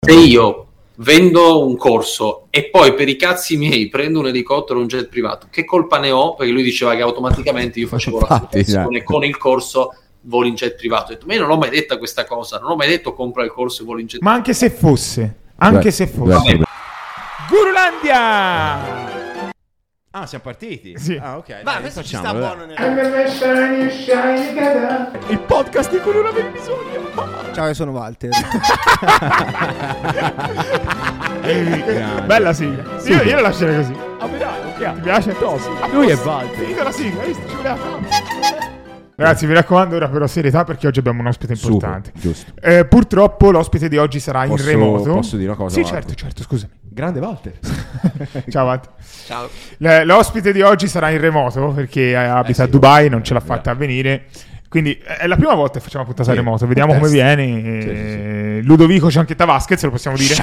Se io vendo un corso e poi per i cazzi miei prendo un elicottero o un jet privato, che colpa ne ho? Perché lui diceva che automaticamente io facevo l'associazione con il corso voli in jet privato. Ho detto, ma io non l'ho mai detta questa cosa, non ho mai detto compra il corso e voli in jet privato. Ma anche se fosse, Gurulandia! Ah, siamo partiti? Sì. Ah, ok. Ma questo ci sta buono il podcast di cui non avevi bisogno. Ciao, io sono Walter. Bella sigla. Sì. Io la lascerei così. Ti piace? Lui è Walter. Finita la sigla, hai visto? Ci voleva fare. Ragazzi, mi raccomando ora però serietà, perché oggi abbiamo un ospite importante. Super, giusto. Purtroppo l'ospite di oggi sarà in remoto. Posso dire una cosa? Sì, Walter? certo, scusami. Grande Walter. Ciao Walter. Ciao. L'ospite di oggi sarà in remoto perché abita a Dubai, non ce l'ha fatta a venire. Quindi è la prima volta che facciamo puntata a remoto. Vediamo come viene. Ludovico Cianchetta Vasquez, lo possiamo dire?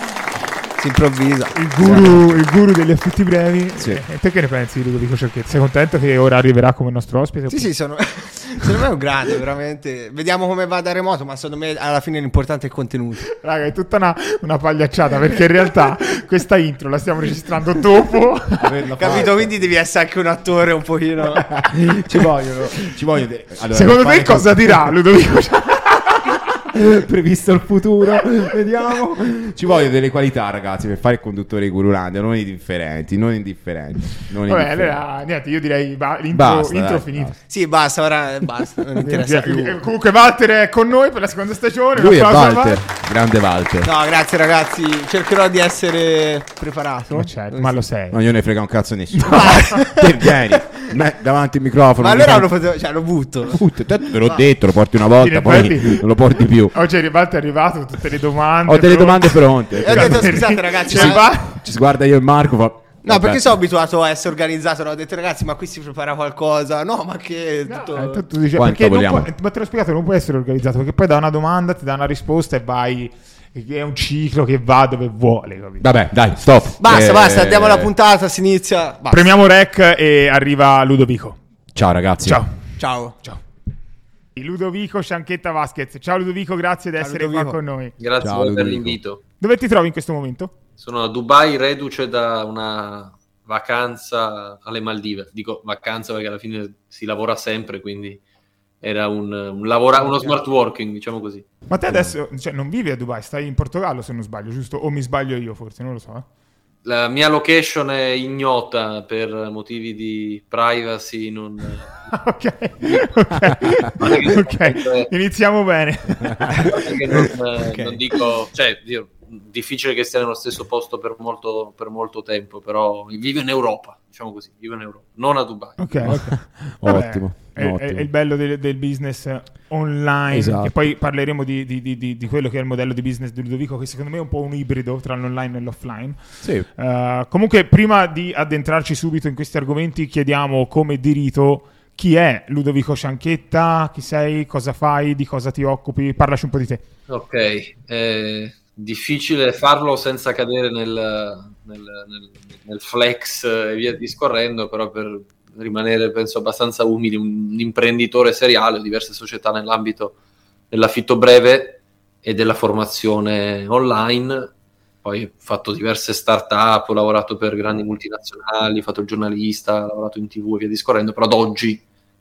Si improvvisa. Il guru degli affitti brevi. Sì. E te che ne pensi di Ludovico Cianchetta? Sei contento che ora arriverà come nostro ospite? Sì, secondo me è un grande, veramente. Vediamo come va da remoto, ma secondo me alla fine l'importante è il contenuto. Raga, è tutta una pagliacciata, perché in realtà questa intro la stiamo registrando dopo. Capito? Quindi devi essere anche un attore un pochino. Ci vogliono. Allora, secondo te cosa dirà Ludovico? Previsto il futuro, vediamo. Ci vogliono delle qualità, ragazzi, per fare il conduttore di Gurulandia, non indifferenti. Vabbè, allora niente, io direi intro finito. Basta. Sì, basta, ora basta, non interessa più. Comunque Walter è con noi per la seconda stagione. Lui è Walter, grande Walter. No, grazie ragazzi, cercherò di essere preparato. Ma certo, ma lo sei. Non gliene frega un cazzo a nessuno. Te vieni davanti al microfono. Ma allora lo butto. Te l'ho detto, lo porti una volta, poi non lo porti più. Oggi Walter è arrivato, tutte le domande. Ho delle domande pronte. Ho detto, scusate ragazzi, ci guarda io e Marco. No, perché sono abituato a essere organizzato. Ho detto, ragazzi, ma qui si prepara qualcosa. No, ma che tu dici, perché ma te l'ho spiegato, non può essere organizzato, perché poi da una domanda ti dà una risposta e vai. È un ciclo che va dove vuole, capito? Vabbè, dai, stop. Basta, andiamo alla puntata, si inizia. Basta. Premiamo rec e arriva Ludovico. Ciao ragazzi. Ciao. Ludovico Cianchetta Vasquez. Ciao Ludovico, grazie di essere qua con noi. Grazie per l'invito. Dove ti trovi in questo momento? Sono a Dubai, reduce da una vacanza alle Maldive. Dico vacanza perché alla fine si lavora sempre, quindi era uno smart working, diciamo così. Ma te adesso non vivi a Dubai, stai in Portogallo se non sbaglio, giusto? O mi sbaglio io forse, non lo so. La mia location è ignota per motivi di privacy. Ok. Iniziamo bene. Non dico, difficile che stia nello stesso posto per molto tempo, però vivo in Europa, diciamo così, non a Dubai. Ok. Ottimo. È il bello del business online, esatto. E poi parleremo di quello che è il modello di business di Ludovico, che secondo me è un po' un ibrido tra l'online e l'offline. Sì. Comunque, prima di addentrarci subito in questi argomenti, chiediamo come di rito chi è Ludovico Cianchetta, chi sei, cosa fai, di cosa ti occupi, parlaci un po' di te. Ok, difficile farlo senza cadere nel flex e via discorrendo, però per rimanere penso abbastanza umili, un imprenditore seriale, ho diverse società nell'ambito dell'affitto breve e della formazione online, poi ho fatto diverse start-up, ho lavorato per grandi multinazionali, ho fatto il giornalista, ho lavorato in TV e via discorrendo, però ad oggi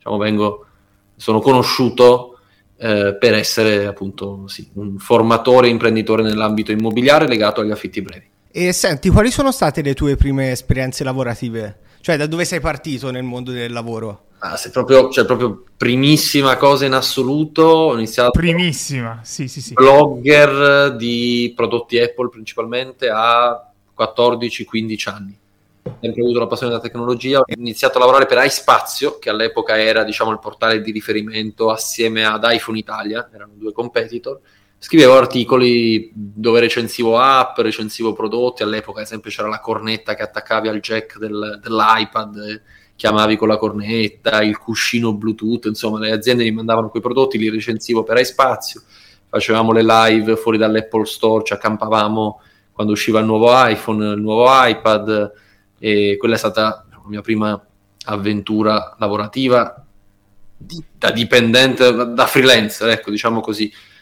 sono conosciuto per essere appunto un formatore imprenditore nell'ambito immobiliare legato agli affitti brevi. E senti, quali sono state le tue prime esperienze lavorative? Cioè, da dove sei partito nel mondo del lavoro? Se proprio primissima cosa in assoluto, ho iniziato sì. blogger di prodotti Apple principalmente a 14-15 anni. Ho sempre avuto la passione della tecnologia, ho iniziato a lavorare per iSpazio, che all'epoca era il portale di riferimento assieme ad iPhone Italia, erano due competitor. Scrivevo articoli dove recensivo app, recensivo prodotti. All'epoca ad esempio c'era la cornetta che attaccavi al jack dell'iPad, chiamavi con la cornetta, il cuscino Bluetooth, insomma le aziende mi mandavano quei prodotti, li recensivo per iSpazio, facevamo le live fuori dall'Apple Store, ci accampavamo quando usciva il nuovo iPhone, il nuovo iPad, e quella è stata la mia prima avventura lavorativa da dipendente, da freelancer, ecco, diciamo così.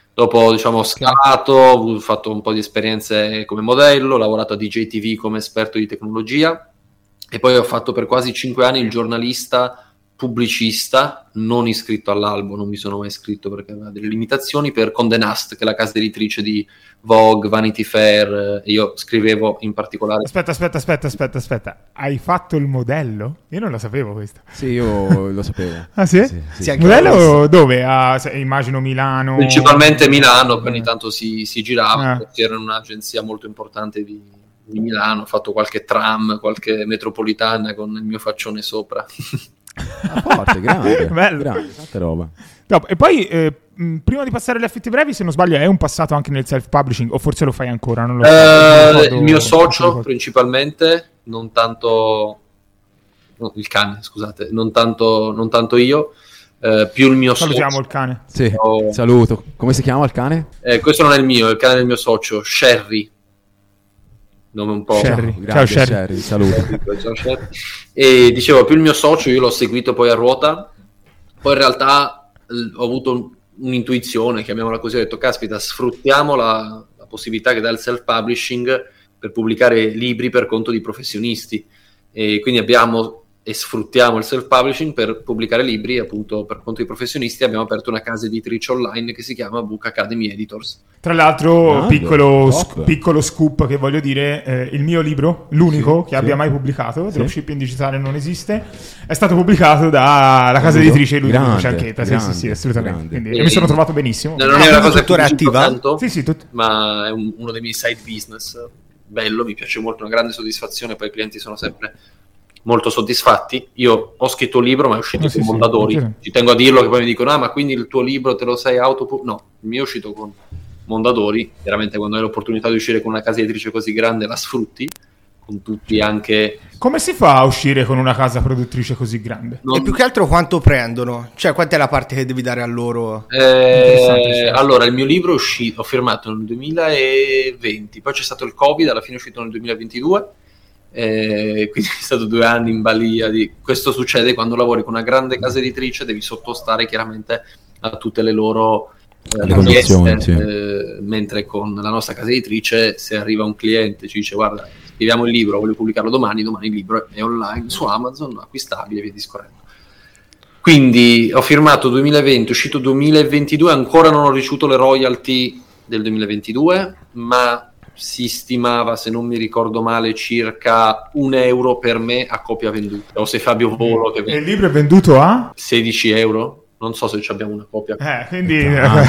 Dopo, diciamo, ho scalato, ho fatto un po' di esperienze come modello, ho lavorato a DJTV come esperto di tecnologia e poi ho fatto per quasi 5 anni il giornalista pubblicista, non iscritto all'albo, non mi sono mai iscritto perché aveva delle limitazioni, per Condé Nast, che è la casa editrice di Vogue, Vanity Fair, e io scrivevo in particolare... Aspetta. Hai fatto il modello? Io non lo sapevo questo. Sì, io lo sapevo. Ah sì? Sì. Modello dove? Immagino Milano. Principalmente Milano, poi ogni tanto si girava, era un'agenzia molto importante di Milano, ho fatto qualche tram, qualche metropolitana con il mio faccione sopra. Forte, grande, bello. Grande, tanta roba. E poi prima di passare agli affitti brevi, se non sbaglio, è un passato anche nel self-publishing, o forse lo fai ancora? Non lo so. Il mio socio principalmente, non tanto il cane, scusate, non tanto io, più il mio socio. Salutiamo il cane. Sì, saluto. Come si chiama il cane? Questo non è il mio, è il cane del mio socio, Sherry. Nome un po'. Sherry. Ciao Sherry. Saluto. Ciao Sherry. E dicevo, più il mio socio, io l'ho seguito poi a ruota, poi in realtà ho avuto un'intuizione, chiamiamola così, ho detto caspita, sfruttiamo la possibilità che dà il self-publishing per pubblicare libri per conto di professionisti, e quindi abbiamo e sfruttiamo il self-publishing per pubblicare libri appunto per conto di professionisti. Abbiamo aperto una casa editrice online che si chiama Book Academy Editors. Tra l'altro, piccolo scoop che voglio dire, il mio libro, l'unico che abbia mai pubblicato, dropshipping digitale non esiste, è stato pubblicato dalla casa editrice Ludovico Cianchetta. Sì, assolutamente. Quindi, mi sono trovato benissimo. Non è una cosa tuttora attiva? Tanto, sì, ma è uno dei miei side business. Bello, mi piace molto, una grande soddisfazione, poi i clienti sono sempre molto soddisfatti. Io ho scritto un libro, ma è uscito con Mondadori. Ci tengo a dirlo, che poi mi dicono ma quindi il tuo libro te lo sei no, il mio è uscito con Mondadori. Chiaramente quando hai l'opportunità di uscire con una casa editrice così grande la sfrutti, con tutti anche... Come si fa a uscire con una casa produttrice così grande? E più che altro quanto prendono? Cioè quanta è la parte che devi dare a loro? Allora, il mio libro è uscito, ho firmato nel 2020, poi c'è stato il Covid, alla fine è uscito nel 2022, quindi è stato 2 anni in balia di... Questo succede quando lavori con una grande casa editrice, devi sottostare chiaramente a tutte le loro le condizioni, mentre con la nostra casa editrice, se arriva un cliente ci dice guarda, scriviamo il libro, voglio pubblicarlo domani il libro è online su Amazon, acquistabile, via discorrendo. Quindi ho firmato 2020, è uscito 2022, ancora non ho ricevuto le royalty del 2022, ma si stimava, se non mi ricordo male, circa €1 per me a copia venduta. O se Fabio Volo che e il libro è venduto a? €16. Non so se abbiamo una copia. Quindi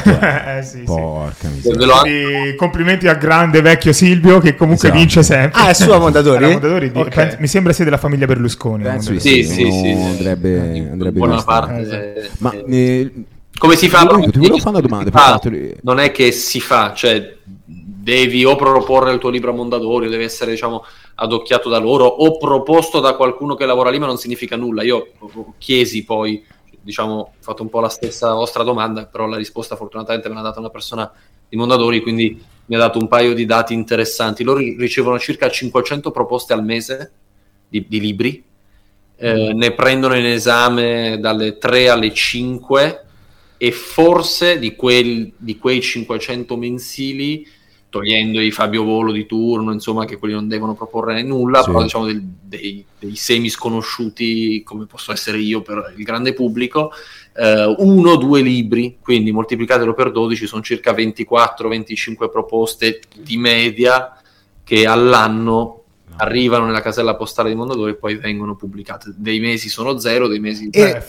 porca miseria. Complimenti al grande vecchio Silvio che comunque vince sempre. È sua Mondadori? Okay. Mi sembra sia della famiglia Berlusconi. Sì. Andrebbe buona parte. Ma come si fa? Ti volevo fare una domanda. Non è che si fa, cioè devi o proporre il tuo libro a Mondadori, o deve essere, diciamo, adocchiato da loro o proposto da qualcuno che lavora lì, ma non significa nulla. Io chiesi poi, diciamo, ho fatto un po' la stessa vostra domanda, però la risposta fortunatamente me l'ha data una persona di Mondadori, quindi mi ha dato un paio di dati interessanti. Loro ricevono circa 500 proposte al mese di libri, ne prendono in esame dalle 3 alle 5 e forse di quei 500 mensili, togliendo i Fabio Volo di turno, insomma, che quelli non devono proporre nulla, però diciamo dei semi sconosciuti come posso essere io per il grande pubblico, 1 o 2 libri, quindi moltiplicatelo per 12, sono circa 24-25 proposte di media che all'anno arrivano nella casella postale di Mondadori e poi vengono pubblicate. Dei mesi sono 0, dei mesi...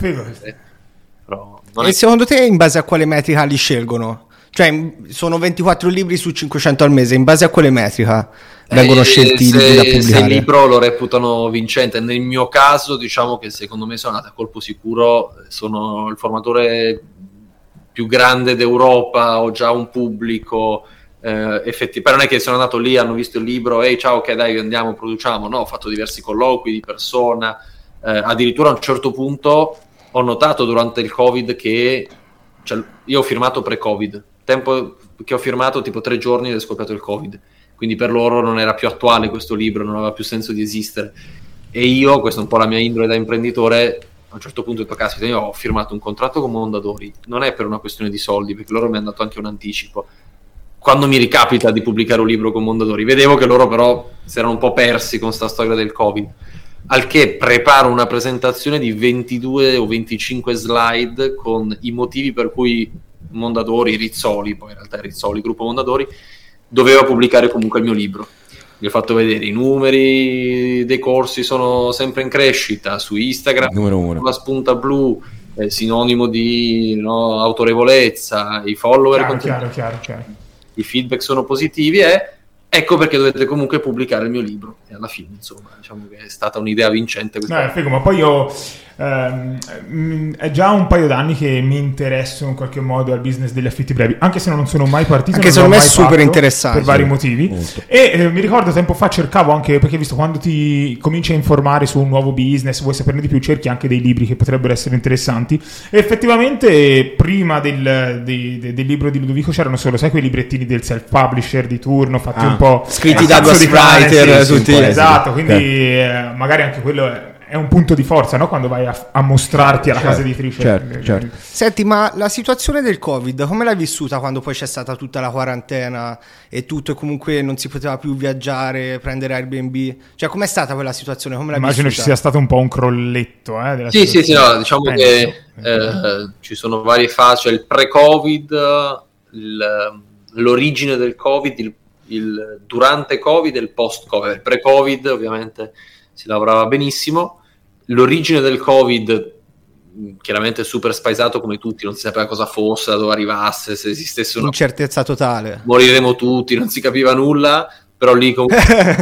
secondo te in base a quale metrica li scelgono? Cioè sono 24 libri su 500 al mese, in base a quale metrica vengono scelti i libri da pubblicare? Se il libro lo reputano vincente, nel mio caso diciamo che secondo me sono andato a colpo sicuro, sono il formatore più grande d'Europa, ho già un pubblico, poi non è che sono andato lì, hanno visto il libro, ehi ciao, ok dai andiamo, produciamo, no, ho fatto diversi colloqui di persona, addirittura a un certo punto ho notato durante il Covid che, cioè, io ho firmato pre-Covid, tempo che ho firmato tipo 3 giorni ed è scoppiato il Covid, quindi per loro non era più attuale questo libro, non aveva più senso di esistere, e io, questa è un po' la mia indole da imprenditore, a un certo punto ho detto, caspita, io ho firmato un contratto con Mondadori, non è per una questione di soldi, perché loro mi hanno dato anche un anticipo. Quando mi ricapita di pubblicare un libro con Mondadori, vedevo che loro però si erano un po' persi con sta storia del Covid, al che preparo una presentazione di 22 o 25 slide con i motivi per cui Mondadori, Rizzoli, poi in realtà è Rizzoli, gruppo Mondadori, doveva pubblicare comunque il mio libro. Gli ho fatto vedere i numeri dei corsi sono sempre in crescita, su Instagram numero 1, la spunta blu, sinonimo di autorevolezza, i follower chiaro. I feedback sono positivi, ecco perché dovete comunque pubblicare il mio libro. E alla fine, insomma, diciamo che è stata un'idea vincente questa. Figo, ma poi io è già un paio d'anni che mi interesso in qualche modo al business degli affitti brevi, anche se non sono mai partito, anche secondo me è super interessante per vari motivi. E mi ricordo tempo fa cercavo anche, perché visto quando ti cominci a informare su un nuovo business, vuoi saperne di più, cerchi anche dei libri che potrebbero essere interessanti, e effettivamente prima del libro di Ludovico c'erano solo, sai, quei librettini del self-publisher di turno fatti un po' scritti da ghostwriter, tutti. Esatto, quindi magari anche quello è un punto di forza, no? Quando vai a mostrarti alla casa editrice. Certo. Senti, ma la situazione del Covid, come l'hai vissuta quando poi c'è stata tutta la quarantena e tutto, e comunque non si poteva più viaggiare, prendere Airbnb? Cioè, com'è stata quella situazione? Come l'hai Immagino vissuta? ci sia stato un po' un crolletto. Della sì, no, diciamo che ci sono varie fasi, cioè il pre-Covid, l'origine del Covid, il durante Covid e il post-Covid. Il pre-Covid ovviamente si lavorava benissimo. L'origine del Covid chiaramente super spaesato come tutti, non si sapeva cosa fosse, da dove arrivasse, se esistesse una incertezza totale, moriremo tutti, non si capiva nulla, però lì con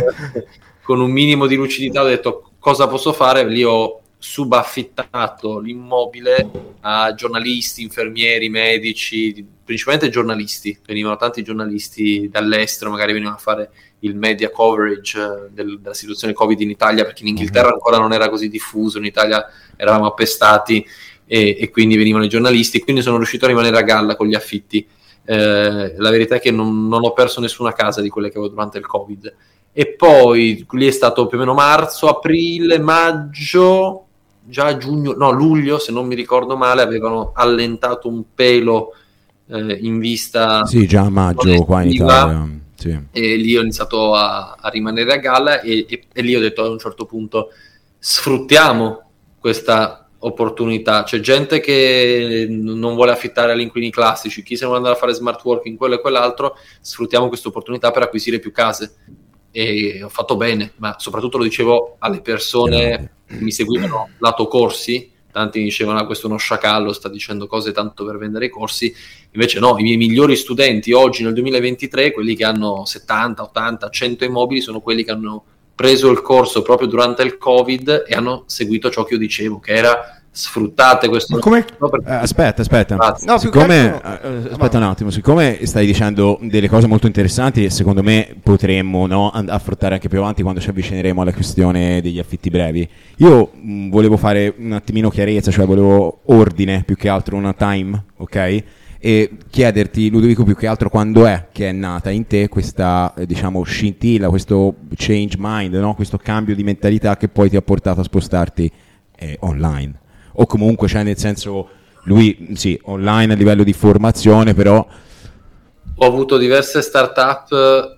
un minimo di lucidità ho detto cosa posso fare, lì ho subaffittato l'immobile a giornalisti, infermieri, medici, principalmente giornalisti, venivano tanti giornalisti dall'estero, magari venivano a fare il media coverage della situazione Covid in Italia, perché in Inghilterra ancora non era così diffuso, in Italia eravamo appestati e quindi venivano i giornalisti, quindi sono riuscito a rimanere a galla con gli affitti. La verità è che non ho perso nessuna casa di quelle che avevo durante il Covid. E poi lì è stato più o meno marzo, aprile, maggio, già giugno, no, luglio, se non mi ricordo male, avevano allentato un pelo in vista. Sì, già a maggio qua in Italia. Sì. E lì ho iniziato a rimanere a galla e lì ho detto a un certo punto sfruttiamo questa opportunità. C'è gente che non vuole affittare agli inquilini classici, chi se ne vuole andare a fare smart working, quello e quell'altro, sfruttiamo questa opportunità per acquisire più case. E ho fatto bene, ma soprattutto lo dicevo alle persone che mi seguivano lato corsi. Tanti mi dicevano questo è uno sciacallo, sta dicendo cose tanto per vendere i corsi. Invece no, i miei migliori studenti oggi nel 2023, quelli che hanno 70, 80, 100 immobili, sono quelli che hanno preso il corso proprio durante il Covid e hanno seguito ciò che io dicevo, che era sfruttate questo. Ma come? Aspetta. No, Aspetta un attimo, siccome stai dicendo delle cose molto interessanti e secondo me potremmo affrontare anche più avanti quando ci avvicineremo alla questione degli affitti brevi, io volevo fare un attimino chiarezza, cioè volevo ordine più che altro, una time, ok? E chiederti, Ludovico, più che altro quando è che è nata in te questa, diciamo, scintilla, questo change mind, no? Questo cambio di mentalità che poi ti ha portato a spostarti online. O comunque, cioè, nel senso, lui sì, online a livello di formazione, però ho avuto diverse startup,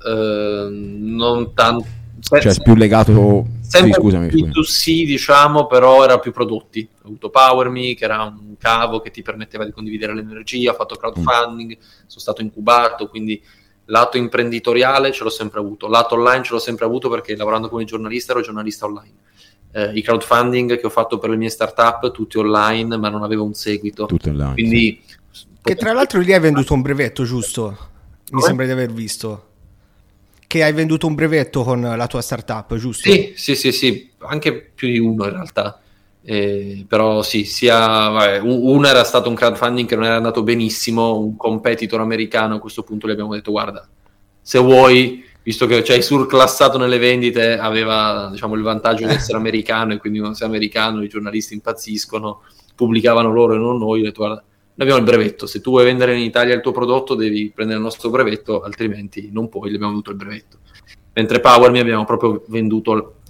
non tanto, cioè più legato sempre sì, scusami. B2C, diciamo, però era più prodotti. Ho avuto PowerMe, che era un cavo che ti permetteva di condividere l'energia, ho fatto crowdfunding, sono stato incubato, quindi lato imprenditoriale ce l'ho sempre avuto, lato online ce l'ho sempre avuto perché lavorando come giornalista ero giornalista online. I crowdfunding che ho fatto per le mie startup tutti online, ma non avevo un seguito, tutto online, quindi sì. Che tra l'altro lì hai venduto un brevetto, giusto? Mi sembra di aver visto che hai venduto un brevetto con la tua startup, giusto? Sì, anche più di uno in realtà, però sì, uno era stato un crowdfunding che non era andato benissimo, un competitor americano. A questo punto gli abbiamo detto guarda, se vuoi, visto che ci hai surclassato nelle vendite, aveva, diciamo, il vantaggio di essere americano, e quindi quando sei americano i giornalisti impazziscono, pubblicavano loro e non noi. Ho detto guarda, noi abbiamo il brevetto, se tu vuoi vendere in Italia il tuo prodotto devi prendere il nostro brevetto, altrimenti non puoi. Gli abbiamo avuto il brevetto. Mentre PowerMe abbiamo proprio venduto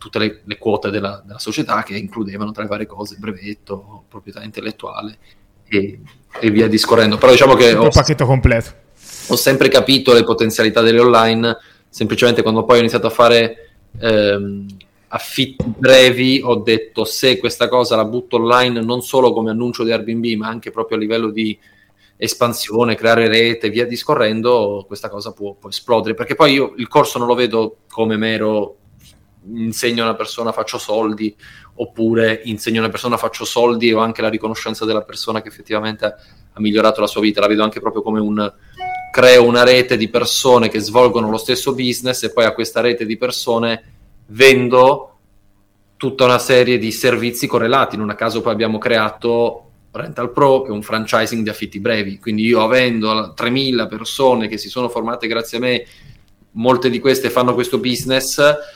tutte le quote della società, che includevano tra le varie cose brevetto, proprietà intellettuale e via discorrendo. Però diciamo che il pacchetto completo. Ho sempre capito le potenzialità delle online, semplicemente quando poi ho iniziato a fare affitti brevi ho detto: se questa cosa la butto online non solo come annuncio di Airbnb ma anche proprio a livello di espansione, creare rete, via discorrendo, questa cosa può esplodere, perché poi io il corso non lo vedo come mero insegno a una persona, faccio soldi, oppure insegno a una persona, faccio soldi e ho anche la riconoscenza della persona che effettivamente ha migliorato la sua vita. La vedo anche proprio come creo una rete di persone che svolgono lo stesso business e poi a questa rete di persone vendo tutta una serie di servizi correlati. Non a caso poi abbiamo creato Rental Pro, che è un franchising di affitti brevi, quindi io avendo 3.000 persone che si sono formate grazie a me, molte di queste fanno questo business,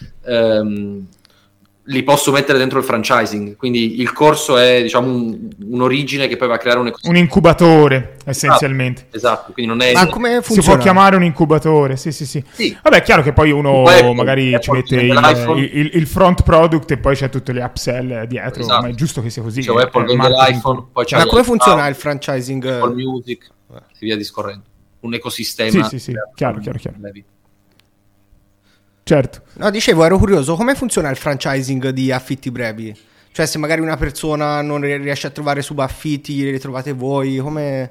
li posso mettere dentro il franchising, quindi il corso è, diciamo, un'origine che poi va a creare un incubatore essenzialmente. Esatto, quindi non è... Ma come funziona? Si può chiamare un incubatore, sì. Vabbè, è chiaro che poi uno magari ci mette il front product e poi c'è tutte le upsell dietro, esatto. Ma è giusto che sia così. Cioè, Apple vende l'iPhone, poi c'è ma come funziona il franchising? Apple Music, e via discorrendo. Un ecosistema. Sì, chiaro. Certo. No, dicevo, ero curioso, come funziona il franchising di affitti brevi? Cioè, se magari una persona non riesce a trovare subaffitti, li trovate voi, come...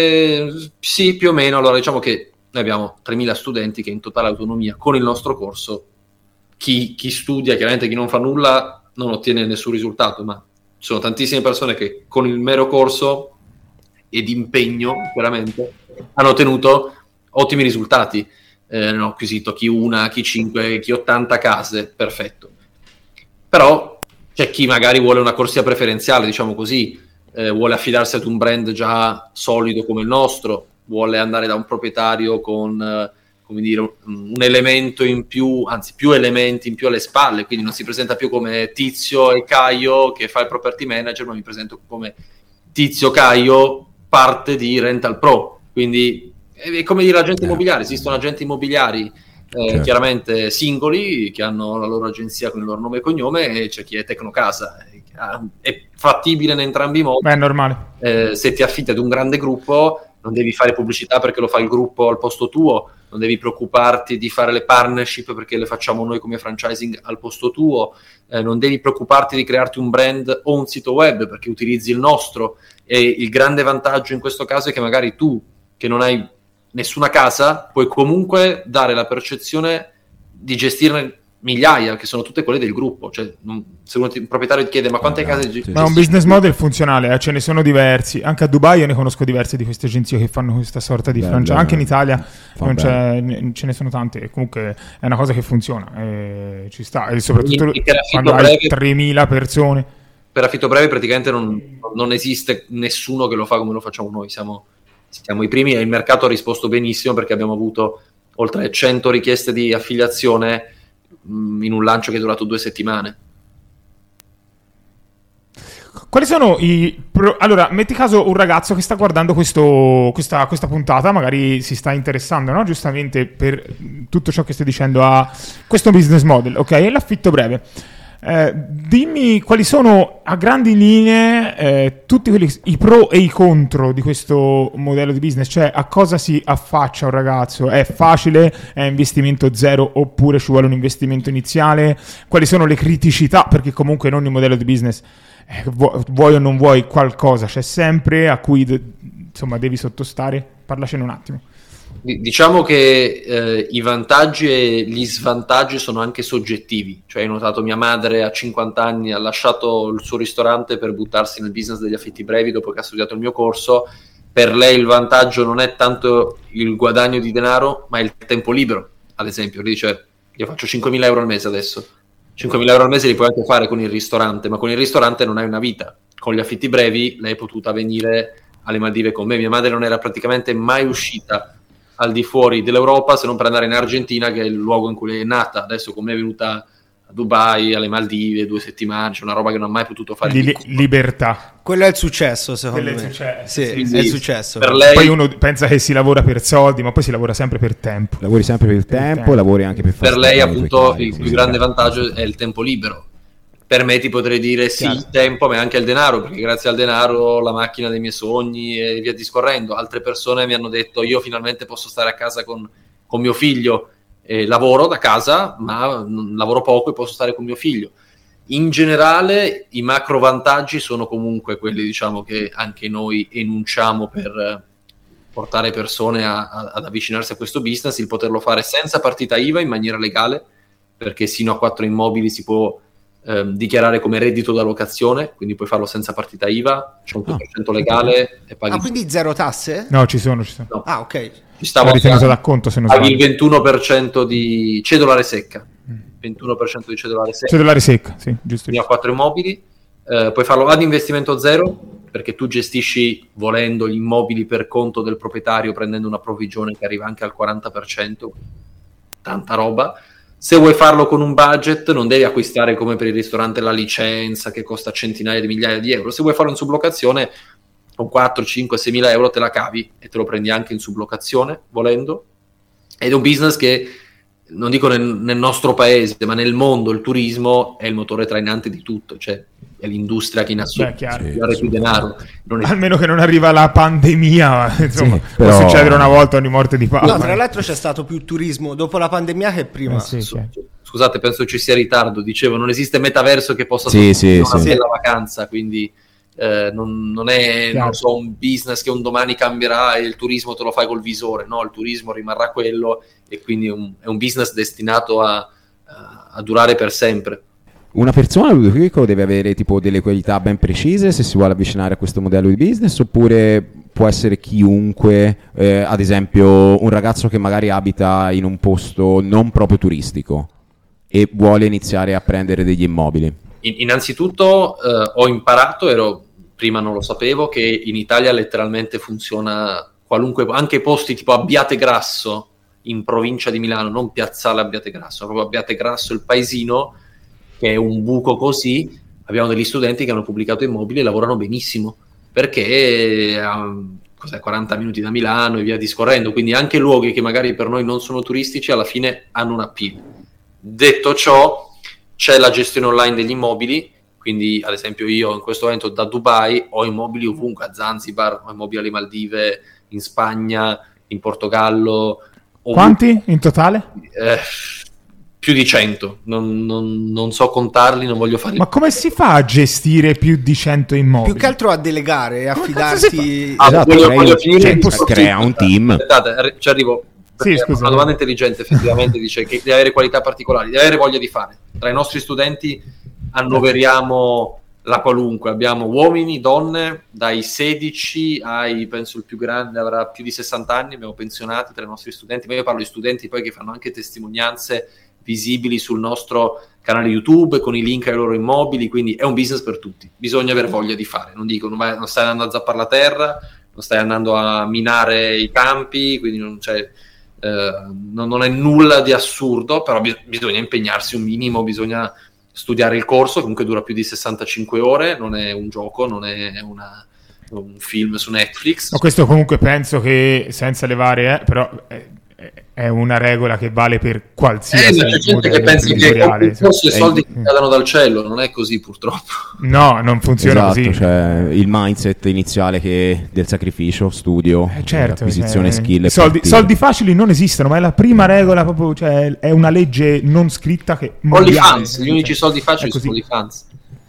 Sì, più o meno. Allora, diciamo che noi abbiamo 3.000 studenti che in totale autonomia con il nostro corso, chi studia, chiaramente chi non fa nulla non ottiene nessun risultato, ma ci sono tantissime persone che con il mero corso e di impegno, veramente, hanno ottenuto ottimi risultati. Ho acquisito chi 1, chi 5, chi 80 case, perfetto. Però c'è chi magari vuole una corsia preferenziale, diciamo così, vuole affidarsi ad un brand già solido come il nostro, vuole andare da un proprietario con come dire, un elemento in più, anzi più elementi in più alle spalle, quindi non si presenta più come Tizio e Caio che fa il property manager, ma mi presento come Tizio Caio, parte di Rental Pro. Quindi è come dire agente immobiliare. Esistono agenti immobiliari certo. Chiaramente singoli che hanno la loro agenzia con il loro nome e cognome, e c'è chi è Tecnocasa, è fattibile in entrambi i modi. Beh, è normale. Se ti affitti ad un grande gruppo non devi fare pubblicità perché lo fa il gruppo al posto tuo, non devi preoccuparti di fare le partnership perché le facciamo noi come franchising al posto tuo, non devi preoccuparti di crearti un brand o un sito web perché utilizzi il nostro. E il grande vantaggio in questo caso è che magari tu, che non hai nessuna casa, puoi comunque dare la percezione di gestirne migliaia, che sono tutte quelle del gruppo. Cioè, se un proprietario ti chiede ma quante case gestisci? Ma è un business model funzionale, ce ne sono diversi. Anche a Dubai io ne conosco diverse di queste agenzie che fanno questa sorta di franchise. Anche in Italia ce ne sono tante. Comunque è una cosa che funziona, ci sta, e soprattutto quando hai 3.000 persone. Per affitto breve praticamente non esiste nessuno che lo fa come lo facciamo noi. Siamo i primi, e il mercato ha risposto benissimo perché abbiamo avuto oltre 100 richieste di affiliazione in un lancio che è durato 2 settimane. Quali sono allora, metti caso un ragazzo che sta guardando questa puntata, magari si sta interessando, no? Giustamente per tutto ciò che stai dicendo a questo business model, ok? E l'affitto breve. Dimmi quali sono a grandi linee tutti i pro e i contro di questo modello di business, cioè a cosa si affaccia un ragazzo, è facile, è investimento zero oppure ci vuole un investimento iniziale, quali sono le criticità, perché comunque in ogni modello di business vuoi o non vuoi qualcosa c'è sempre a cui insomma devi sottostare. Parlacene un attimo. Diciamo che i vantaggi e gli svantaggi sono anche soggettivi. Cioè, hai notato, mia madre a 50 anni ha lasciato il suo ristorante per buttarsi nel business degli affitti brevi dopo che ha studiato il mio corso. Per lei il vantaggio non è tanto il guadagno di denaro, ma il tempo libero. Ad esempio, lei dice: io faccio 5.000 euro al mese adesso. 5.000 euro al mese li puoi anche fare con il ristorante, ma con il ristorante non hai una vita. Con gli affitti brevi lei è potuta venire alle Maldive con me. Mia madre non era praticamente mai uscita al di fuori dell'Europa, se non per andare in Argentina, che è il luogo in cui lei è nata. Adesso con me è venuta Dubai, alle Maldive, 2 settimane, c'è una roba che non ha mai potuto fare. Libertà. Quello è il successo, secondo me. Sì, è il successo. Per lei... Poi uno pensa che si lavora per soldi, ma poi si lavora sempre per tempo. Lavori sempre per il tempo, lavori anche per lei appunto il più grande vantaggio è il tempo libero. Per me ti potrei dire sì, il tempo, ma anche il denaro, perché grazie al denaro la macchina dei miei sogni e via discorrendo. Altre persone mi hanno detto io finalmente posso stare a casa con mio figlio, lavoro da casa ma lavoro poco e posso stare con mio figlio. In generale i macro vantaggi sono comunque quelli, diciamo, che anche noi enunciamo per portare persone ad avvicinarsi a questo business, il poterlo fare senza partita IVA in maniera legale, perché sino a 4 immobili si può dichiarare come reddito da locazione, quindi puoi farlo senza partita IVA, 100% legale e paghi. Quindi 0 tasse? No, ci sono. No. Ah, ok. Ci stavo ritenuto d'acconto, se non paghi il 21% di cedolare secca. 21% di cedolare secca, sì, giusto. Fino a 4 immobili, puoi farlo ad investimento zero, perché tu gestisci volendo gli immobili per conto del proprietario prendendo una provvigione che arriva anche al 40%, tanta roba. Se vuoi farlo con un budget non devi acquistare come per il ristorante la licenza che costa centinaia di migliaia di euro. Se vuoi farlo in sublocazione con 4, 5, 6 mila euro te la cavi e te lo prendi anche in sublocazione volendo. Ed è un business che, non dico nel nostro paese, ma nel mondo il turismo è il motore trainante di tutto, cioè è l'industria che in assoluto più denaro. Almeno che non arriva la pandemia, insomma, può succedere una volta ogni morte di Papa. No, tra l'altro c'è stato più turismo dopo la pandemia che prima. Scusate, penso ci sia ritardo, dicevo, non esiste metaverso che possa una bella vacanza, quindi non è un business che un domani cambierà e il turismo te lo fai col visore, no, il turismo rimarrà quello e quindi è un business destinato a durare per sempre. Una persona, Ludovico, deve avere tipo delle qualità ben precise se si vuole avvicinare a questo modello di business, oppure può essere chiunque, ad esempio un ragazzo che magari abita in un posto non proprio turistico e vuole iniziare a prendere degli immobili? Innanzitutto ho imparato, prima non lo sapevo, che in Italia letteralmente funziona qualunque, anche posti tipo Abbiategrasso in provincia di Milano, non Piazzale Abbiategrasso, proprio Abbiategrasso, il paesino, che è un buco così. Abbiamo degli studenti che hanno pubblicato immobili e lavorano benissimo, perché 40 minuti da Milano e via discorrendo, quindi anche luoghi che magari per noi non sono turistici alla fine hanno un appeal. Detto ciò, c'è la gestione online degli immobili, quindi ad esempio io in questo momento da Dubai ho immobili ovunque, a Zanzibar, ho immobili alle Maldive, in Spagna, in Portogallo. Quanti in totale? Più di 100, non so contarli, non voglio farli. Ma come si fa a gestire più di 100 immobili? Più che altro a delegare, affidarsi. Voglio finire, crea un team. Aspettate, ci arrivo. Sì, scusa. Una domanda intelligente effettivamente dice che deve avere qualità particolari, deve avere voglia di fare. Tra i nostri studenti annoveriamo la qualunque, abbiamo uomini, donne, dai 16 ai, penso il più grande avrà più di 60 anni, abbiamo pensionati tra i nostri studenti, ma io parlo di studenti poi che fanno anche testimonianze visibili sul nostro canale YouTube con i link ai loro immobili, quindi è un business per tutti, bisogna aver voglia di fare, non stai andando a zappare la terra, non stai andando a minare i campi, quindi non è nulla di assurdo, però bisogna impegnarsi un minimo, bisogna studiare il corso, comunque dura più di 65 ore, non è un gioco, non è un film su Netflix. Ma questo comunque penso che senza levare, però è una regola che vale per qualsiasi c'è gente che pensa che forse i soldi cadano dal cielo, non è così purtroppo. No, non funziona così. Cioè il mindset iniziale del sacrificio, studio, acquisizione skill. Soldi facili non esistono, ma è la prima regola proprio, cioè è una legge non scritta che OnlyFans, gli unici soldi facili sono OnlyFans.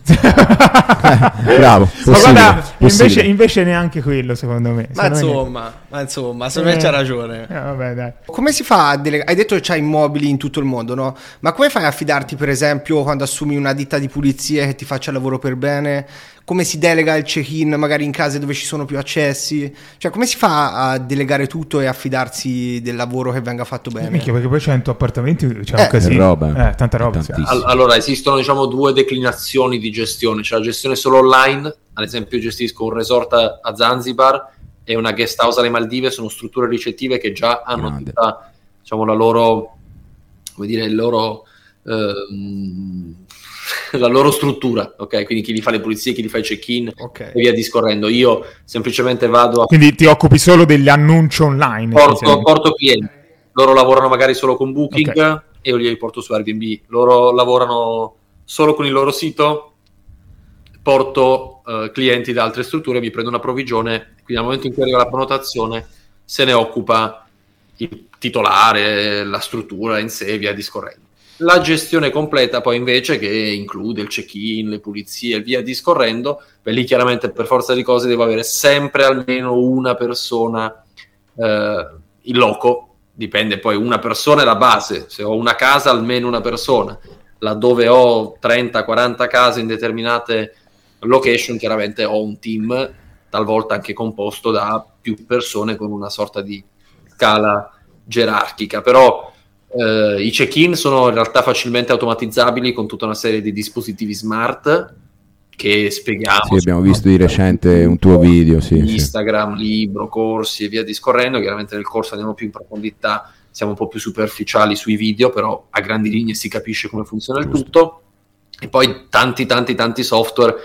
Bravo, ma guarda, invece neanche quello secondo me. Ma insomma, secondo me c'ha ragione. Vabbè, dai. Come si fa a delegare? Hai detto che c'hai immobili in tutto il mondo, no? Ma come fai a fidarti, per esempio, quando assumi una ditta di pulizia che ti faccia il lavoro per bene? Come si delega il check-in magari in case dove ci sono più accessi? Cioè, come si fa a delegare tutto e a fidarsi del lavoro che venga fatto bene? Perché poi 100 appartamenti, c'è un casino. Tanta roba. Allora, esistono due declinazioni di gestione. C'è la gestione solo online, ad esempio io gestisco un resort a Zanzibar e una guest house alle Maldive, sono strutture ricettive che già hanno tutta, la loro, il loro la loro struttura, ok? Quindi chi li fa le pulizie, chi li fa i check-in, okay, e via discorrendo. Io semplicemente vado a... Quindi ti occupi solo degli annunci online? Porto clienti. Loro lavorano magari solo con Booking, okay, e io li porto su Airbnb. Loro lavorano solo con il loro sito, porto clienti da altre strutture, mi prendo una provvigione, quindi al momento in cui arriva la prenotazione se ne occupa il titolare, la struttura in sé, via discorrendo. La gestione completa poi invece, che include il check-in, le pulizie, via discorrendo, lì chiaramente per forza di cose devo avere sempre almeno una persona in loco. Dipende, poi una persona è la base, se ho una casa almeno una persona, laddove ho 30-40 case in determinate location chiaramente ho un team talvolta anche composto da più persone con una sorta di scala gerarchica, però i check-in sono in realtà facilmente automatizzabili con tutta una serie di dispositivi smart che spieghiamo. Sì, abbiamo visto di recente un tuo video, sì, Instagram, libro, corsi e via discorrendo. Chiaramente nel corso andiamo più in profondità, siamo un po' più superficiali sui video, però a grandi linee si capisce come funziona il tutto. E poi tanti software,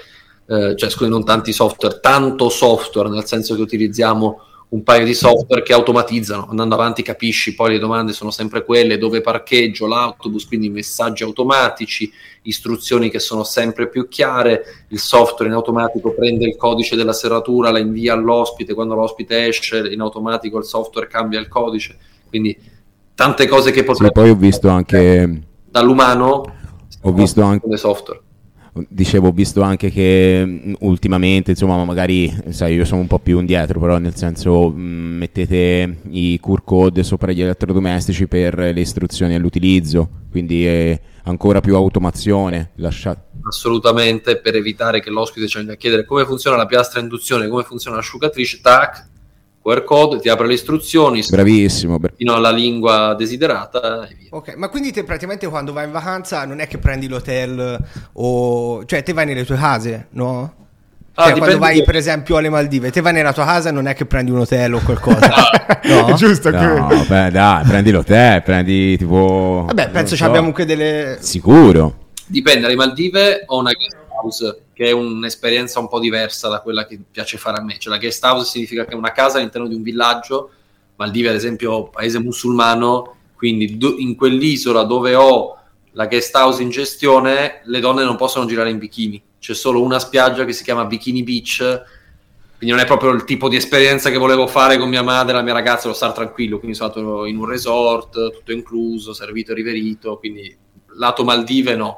non tanti software, tanto software, nel senso che utilizziamo un paio di software che automatizzano. Andando avanti capisci, poi le domande sono sempre quelle: dove parcheggio l'autobus, quindi messaggi automatici, istruzioni che sono sempre più chiare, il software in automatico prende il codice della serratura, la invia all'ospite, quando l'ospite esce in automatico il software cambia il codice, quindi tante cose che potrebbero... Sì, poi ho visto anche... Dall'umano ho visto anche le software. Dicevo, ho visto anche che ultimamente, insomma, magari, sai, io sono un po' più indietro, però nel senso mettete i QR code sopra gli elettrodomestici per le istruzioni all'utilizzo, quindi è ancora più automazione. Assolutamente, per evitare che l'ospite ci venga a chiedere come funziona la piastra a induzione, come funziona l'asciugatrice, tac, QR code, ti apre le istruzioni, bravissimo, fino alla lingua desiderata e via. Ok, ma quindi te praticamente quando vai in vacanza non è che prendi l'hotel cioè te vai nelle tue case, no? Cioè quando vai per esempio alle Maldive, te vai nella tua casa e non è che prendi un hotel o qualcosa. No? Giusto, no, beh, dai, prendi l'hotel, prendi tipo... Vabbè, penso ci abbiamo anche delle... Sicuro. Dipende, alle Maldive ho una guest house, che è un'esperienza un po' diversa da quella che piace fare a me. Cioè la guest house significa che è una casa all'interno di un villaggio. Maldive ad esempio paese musulmano, quindi in quell'isola dove ho la guest house in gestione le donne non possono girare in bikini, c'è solo una spiaggia che si chiama Bikini Beach, quindi non è proprio il tipo di esperienza che volevo fare con mia madre e la mia ragazza, lo star tranquillo, quindi sono stato in un resort tutto incluso, servito e riverito, quindi lato Maldive no.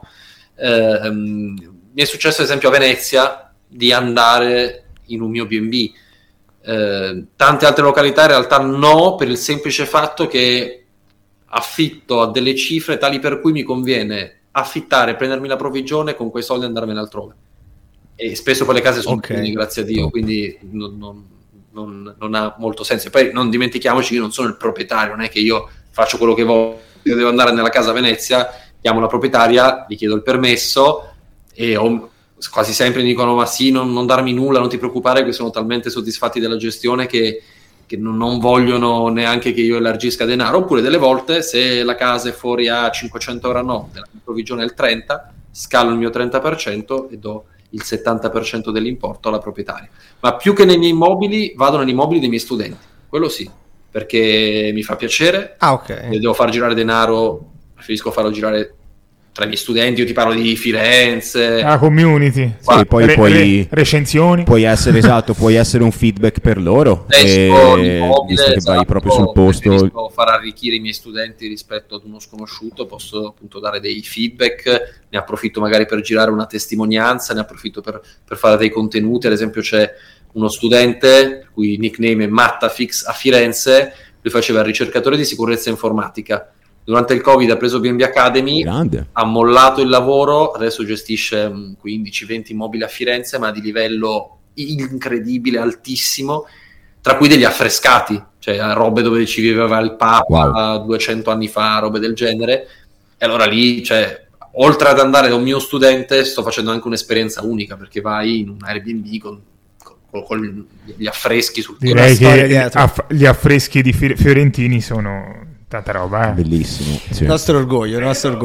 Mi è successo ad esempio a Venezia di andare in un mio B&B. Tante altre località in realtà no, per il semplice fatto che affitto a delle cifre tali per cui mi conviene affittare, prendermi la provvigione, con quei soldi andarmene altrove, e spesso poi le case sono piene, grazie a Dio, quindi non ha molto senso. E poi non dimentichiamoci che io non sono il proprietario, non è che io faccio quello che voglio, io devo andare nella casa a Venezia, chiamo la proprietaria, gli chiedo il permesso e quasi sempre mi dicono: ma sì, non darmi nulla, non ti preoccupare, che sono talmente soddisfatti della gestione che non vogliono neanche che io elargisca denaro. Oppure delle volte, se la casa è fuori a 500 euro a notte, la provvigione è il 30%, scalo il mio 30% e do il 70% dell'importo alla proprietaria. Ma più che nei miei immobili, vado negli immobili dei miei studenti, quello sì, perché mi fa piacere. Ok. Devo far girare denaro, preferisco farlo girare tra i miei studenti. Io ti parlo di Firenze, la community, sì, poi recensioni, puoi essere esatto, puoi essere un feedback per loro, visto che vai proprio sul posto. Preferisco far arricchire i miei studenti rispetto ad uno sconosciuto, posso appunto dare dei feedback, ne approfitto magari per girare una testimonianza, ne approfitto per fare dei contenuti. Ad esempio c'è uno studente il cui nickname è Mattafix a Firenze, lui faceva il ricercatore di sicurezza informatica. Durante il Covid ha preso B&B Academy, grande, ha mollato il lavoro, adesso gestisce 15-20 immobili a Firenze, ma di livello incredibile, altissimo, tra cui degli affrescati, cioè robe dove ci viveva il Papa 200 anni fa, robe del genere. E allora lì, cioè, oltre ad andare da un mio studente, sto facendo anche un'esperienza unica, perché vai in un Airbnb con gli affreschi sul direi che gli affreschi di fiorentini sono tanta roba, bellissimo, sì. Nostro orgoglio.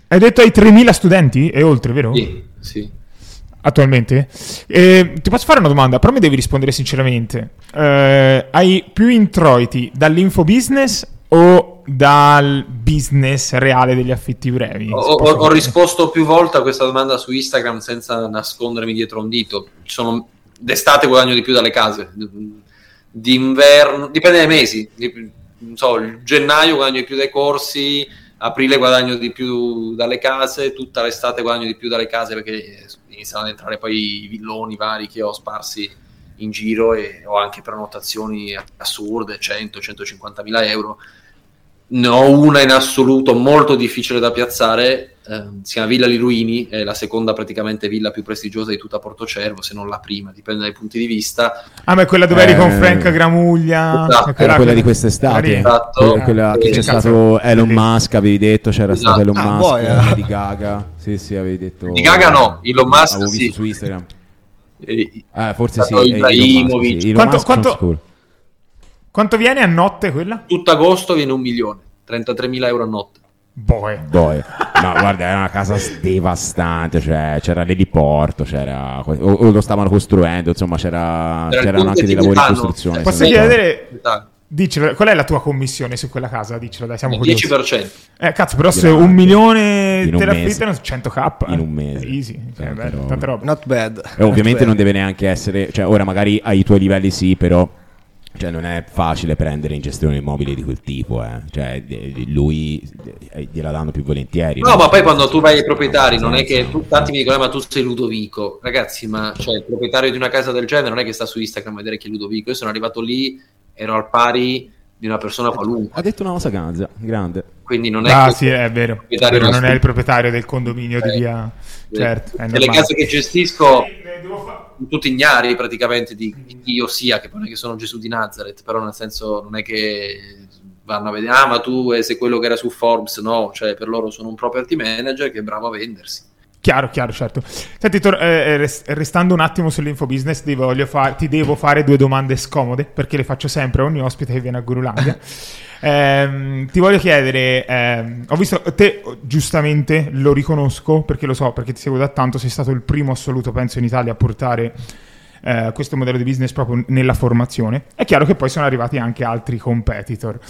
Hai detto hai 3.000 studenti e oltre, vero? Sì. Attualmente? Ti posso fare una domanda, però mi devi rispondere sinceramente. Hai più introiti dall'infobusiness o dal business reale degli affitti brevi? Ho risposto più volte a questa domanda su Instagram senza nascondermi dietro un dito. D'estate guadagno di più dalle case, d'inverno dipende dai mesi. Non so, gennaio guadagno di più dai corsi, aprile guadagno di più dalle case, tutta l'estate guadagno di più dalle case perché iniziano ad entrare poi i villoni vari che ho sparsi in giro e ho anche prenotazioni assurde, 100-150 mila euro. Ne ho una in assoluto molto difficile da piazzare, si chiama Villa Liruini, è la seconda praticamente villa più prestigiosa di tutta Portocervo, se non la prima, dipende dai punti di vista. Ah, ma è quella dove eri con Frank Gramuglia? Esatto. Era quella di quest'estate, esatto. Quella che c'è stato Elon Musk, avevi detto, c'era stato Elon Musk, di Gaga. Sì, avevi detto. Di Gaga no, Elon Musk avevo visto su Instagram. Forse sì. Ibrahimovic. Quanto viene a notte quella? Tutto agosto viene 1 milione, 33.000 euro a notte. Boy. No, guarda, era una casa devastante, cioè c'era l'eliporto, o lo stavano costruendo, insomma c'erano anche dei lavori in costruzione. Posso chiedere, dicelo, qual è la tua commissione su quella casa? Dicelo, dai, siamo curiosi. 10%. Cazzo, però se 1 milione te l'affittano 100k in un mese. Easy, tanta roba. Not bad. E ovviamente non deve neanche essere, cioè ora magari ai tuoi livelli sì, però cioè non è facile prendere in gestione immobili di quel tipo, cioè lui gliela danno più volentieri. No, ma poi quando tu vai ai proprietari non è che tanti mi dicono ma tu sei Ludovico, ragazzi, ma cioè il proprietario di una casa del genere non è che sta su Instagram a vedere chi è Ludovico. Io sono arrivato lì, ero al pari di una persona qualunque. Ha detto una cosa grande. Quindi non è sì, è vero, non è il proprietario del condominio di via, certo, è le case che gestisco tutti ignari praticamente di chi io sia, che non è che sono Gesù di Nazareth, però nel senso non è che vanno a vedere ma tu sei quello che era su Forbes, no, cioè per loro sono un property manager che è bravo a vendersi. Chiaro, certo. Senti, restando un attimo sull'infobusiness, ti devo fare 2 domande scomode, perché le faccio sempre a ogni ospite che viene a Gurulandia. Ti voglio chiedere, ho visto te, giustamente lo riconosco, perché lo so, perché ti seguo da tanto, sei stato il primo assoluto, penso, in Italia a portare questo modello di business proprio nella formazione. È chiaro che poi sono arrivati anche altri competitor.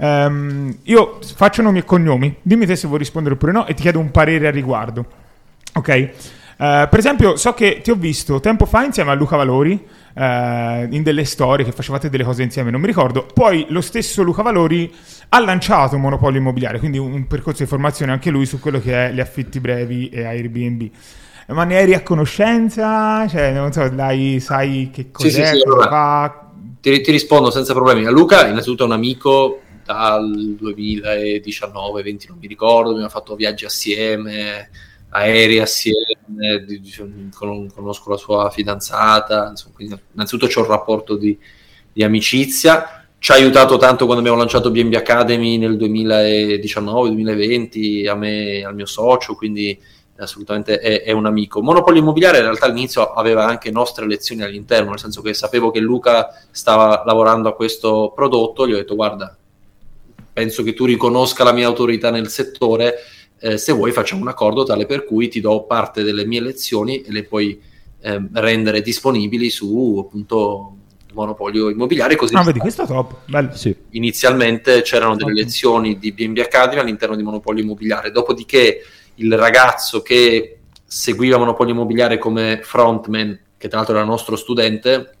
Io faccio nomi e cognomi, dimmi te se vuoi rispondere oppure no, e ti chiedo un parere a riguardo. Ok, per esempio so che ti ho visto tempo fa insieme a Luca Valori in delle storie che facevate delle cose insieme, non mi ricordo. Poi lo stesso Luca Valori ha lanciato Monopolio Immobiliare, quindi un percorso di formazione anche lui su quello che è gli affitti brevi e Airbnb. Ma ne eri a conoscenza? Cioè, non so, sai che cos'è, sì, cosa fa? Ti rispondo senza problemi. A Luca innanzitutto è un amico dal 2019-20, non mi ricordo, abbiamo fatto viaggi assieme, aerei assieme, conosco la sua fidanzata, insomma, quindi innanzitutto c'è un rapporto di amicizia. Ci ha aiutato tanto quando abbiamo lanciato B&B Academy nel 2019-2020, a me e al mio socio, quindi assolutamente è un amico. Monopolio Immobiliare in realtà all'inizio aveva anche nostre lezioni all'interno, nel senso che sapevo che Luca stava lavorando a questo prodotto, gli ho detto guarda, penso che tu riconosca la mia autorità nel settore, se vuoi facciamo un accordo tale per cui ti do parte delle mie lezioni e le puoi rendere disponibili su appunto Monopolio Immobiliare, così. Vedi, questo è top. Bello. Sì. Inizialmente c'erano delle lezioni di B&B Academy all'interno di Monopolio Immobiliare, dopodiché il ragazzo che seguiva Monopolio Immobiliare come frontman, che tra l'altro era nostro studente,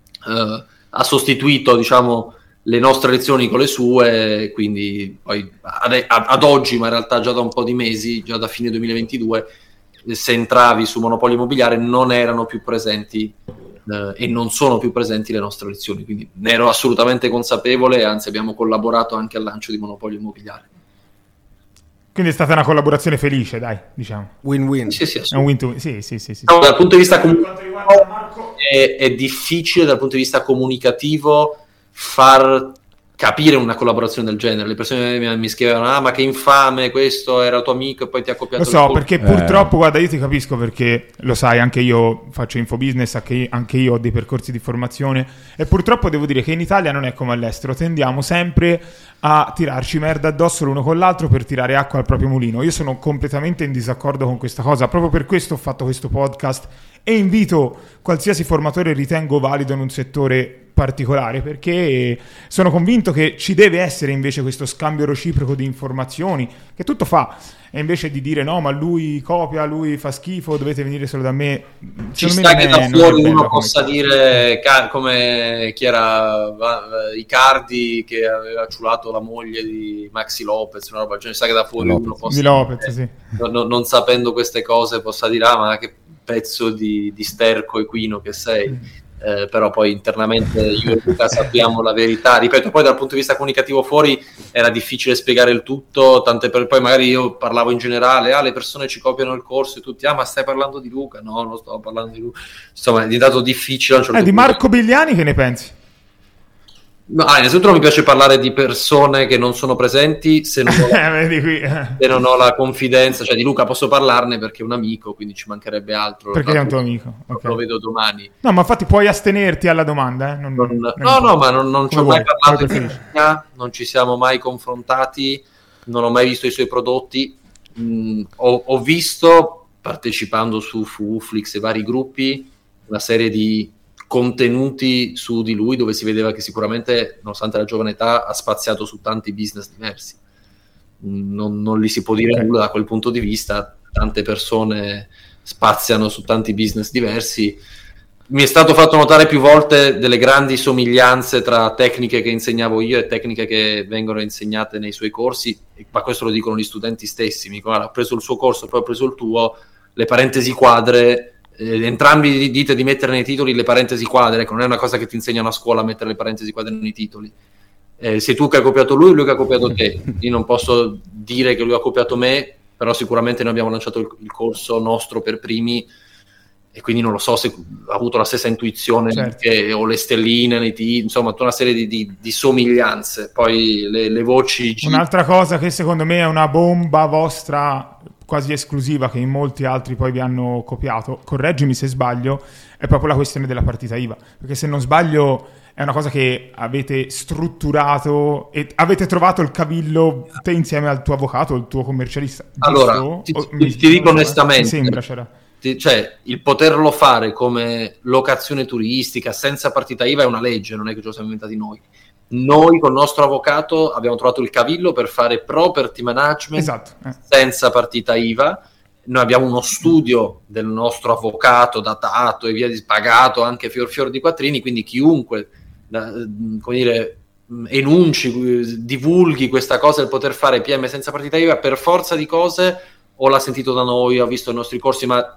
ha sostituito, diciamo, le nostre lezioni con le sue, quindi poi ad oggi, ma in realtà già da un po' di mesi, già da fine 2022, se entravi su Monopolio Immobiliare non erano più presenti e non sono più presenti le nostre lezioni, quindi ne ero assolutamente consapevole, anzi abbiamo collaborato anche al lancio di Monopolio Immobiliare. Quindi è stata una collaborazione felice, dai, diciamo. Win-win. Sì, è un win-to-win. Sì. No, dal punto di vista comunicativo è difficile, dal punto di vista comunicativo, far capire una collaborazione del genere. Le persone mi scrivevano ma che infame, questo era tuo amico e poi ti ha copiato. Lo so, perché purtroppo, guarda, io ti capisco, perché lo sai, anche io faccio infobusiness, anche io ho dei percorsi di formazione e purtroppo devo dire che in Italia non è come all'estero, tendiamo sempre a tirarci merda addosso l'uno con l'altro per tirare acqua al proprio mulino. Io sono completamente in disaccordo con questa cosa, proprio per questo ho fatto questo podcast e invito qualsiasi formatore ritengo valido in un settore particolare, perché sono convinto che ci deve essere invece questo scambio reciproco di informazioni che tutto fa, e invece di dire no ma lui copia, lui fa schifo, dovete venire solo da me, ci sta che da fuori uno possa dire come chi era Icardi che aveva ciulato la moglie di Maxi Lopez, una roba, cioè, sa che da fuori uno possa di Lopez, sì. non sapendo queste cose possa dire ma che pezzo di sterco equino che sei. Però poi internamente io e Luca sappiamo la verità, ripeto, poi dal punto di vista comunicativo fuori era difficile spiegare il tutto, tante poi magari io parlavo in generale, le persone ci copiano il corso e tutti, ma stai parlando di Luca? No, non sto parlando di Luca, insomma è diventato difficile a un certo punto. Di Marco Bigliani che ne pensi? No, innanzitutto non mi piace parlare di persone che non sono presenti se non ho la confidenza, cioè di Luca posso parlarne perché è un amico, quindi ci mancherebbe altro. Perché è un tuo amico, okay. Lo vedo domani. No, ma infatti puoi astenerti alla domanda, ma non ci ho mai parlato di Luca, non ci siamo mai confrontati, non ho mai visto i suoi prodotti. Ho visto, partecipando su Fuflix e vari gruppi, una serie di contenuti su di lui dove si vedeva che sicuramente, nonostante la giovane età, ha spaziato su tanti business diversi. Non gli si può dire nulla da quel punto di vista, tante persone spaziano su tanti business diversi. Mi è stato fatto notare più volte delle grandi somiglianze tra tecniche che insegnavo io e tecniche che vengono insegnate nei suoi corsi, ma questo lo dicono gli studenti stessi. Mi dicono, ho preso il suo corso, poi ho preso il tuo, le parentesi quadre, entrambi dite di mettere nei titoli le parentesi quadre, ecco, non è una cosa che ti insegnano a scuola a mettere le parentesi quadre nei titoli. Sei tu che hai copiato lui che ha copiato te. Io non posso dire che lui ha copiato me, però sicuramente noi abbiamo lanciato il corso nostro per primi e quindi non lo so se ha avuto la stessa intuizione, certo, o le stelline nei titoli, insomma tutta una serie di somiglianze. Poi le voci un'altra cosa che secondo me è una bomba vostra quasi esclusiva, che in molti altri poi vi hanno copiato, correggimi se sbaglio, è proprio la questione della partita IVA, perché se non sbaglio è una cosa che avete strutturato e avete trovato il cavillo te insieme al tuo avvocato, il tuo commercialista. Allora, ti dico onestamente, sembra c'era. Cioè, il poterlo fare come locazione turistica senza partita IVA è una legge, non è che ce lo siamo inventati noi. Noi con il nostro avvocato abbiamo trovato il cavillo per fare property management, esatto, senza partita IVA. Noi abbiamo uno studio del nostro avvocato datato e via pagato anche fior di quattrini, quindi chiunque come dire, enunci, divulghi questa cosa del poter fare PM senza partita IVA, per forza di cose o l'ha sentito da noi o ha visto i nostri corsi, ma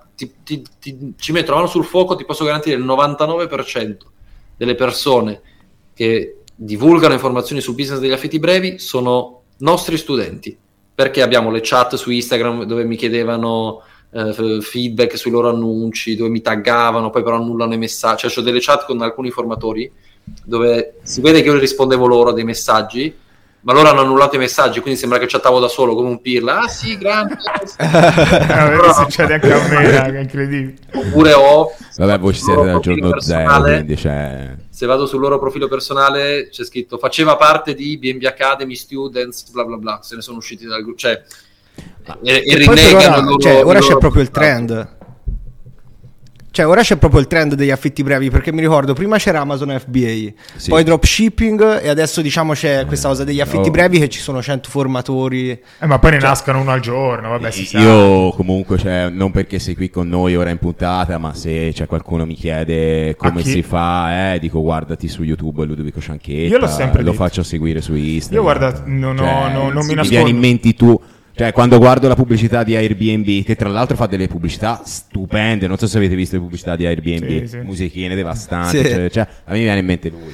ci metto la mano sul fuoco, ti posso garantire il 99% delle persone che divulgano informazioni sul business degli affitti brevi sono nostri studenti, perché abbiamo le chat su Instagram dove mi chiedevano feedback sui loro annunci, dove mi taggavano, poi però annullano i messaggi, cioè ho delle chat con alcuni formatori dove si vede che io rispondevo loro a dei messaggi, ma loro hanno annullato i messaggi, quindi sembra che chattavo da solo come un pirla. Ah sì, grande. Succede anche a me, è incredibile. Oppure vabbè, voi ci siete dal giorno zero, quindi se vado sul loro profilo personale c'è scritto faceva parte di B&B Academy Students bla bla bla, se ne sono usciti dal gruppo, cioè e rinnegano ora c'è proprio il trend. Cioè, ora c'è proprio il trend degli affitti brevi, perché mi ricordo, prima c'era Amazon FBA, sì, poi dropshipping, e adesso diciamo c'è questa cosa degli affitti brevi che ci sono 100 formatori. Ma poi ne nascono uno al giorno, vabbè, si sa. Io comunque, cioè, non perché sei qui con noi ora in puntata, ma se c'è qualcuno mi chiede come si fa, dico guardati su YouTube Ludovico Cianchetta, io l'ho sempre lo detto, faccio seguire su Instagram. Io guarda, non mi nascondo. Mi viene in mente tu. Cioè, quando guardo la pubblicità di Airbnb, che tra l'altro fa delle pubblicità stupende, non so se avete visto le pubblicità di Airbnb, sì. Musichine devastanti, sì. Cioè, a me viene in mente lui.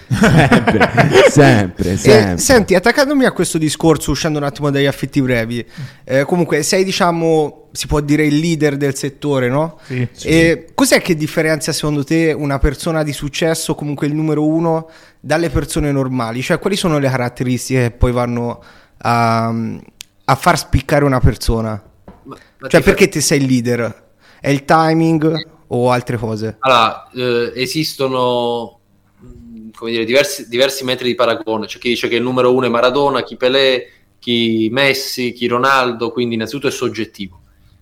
sempre. Senti, attaccandomi a questo discorso, uscendo un attimo dagli affitti brevi, comunque sei, diciamo, si può dire il leader del settore, no? Sì. E cos'è che differenzia secondo te una persona di successo, comunque il numero uno, dalle persone normali? Cioè, quali sono le caratteristiche che poi vanno a far spiccare una persona? Cioè, perché te sei il leader? È il timing o altre cose? Allora, esistono come dire, diversi metri di paragone. C'è chi dice che il numero 1 è Maradona, chi Pelé, chi Messi, chi Ronaldo, quindi innanzitutto è soggettivo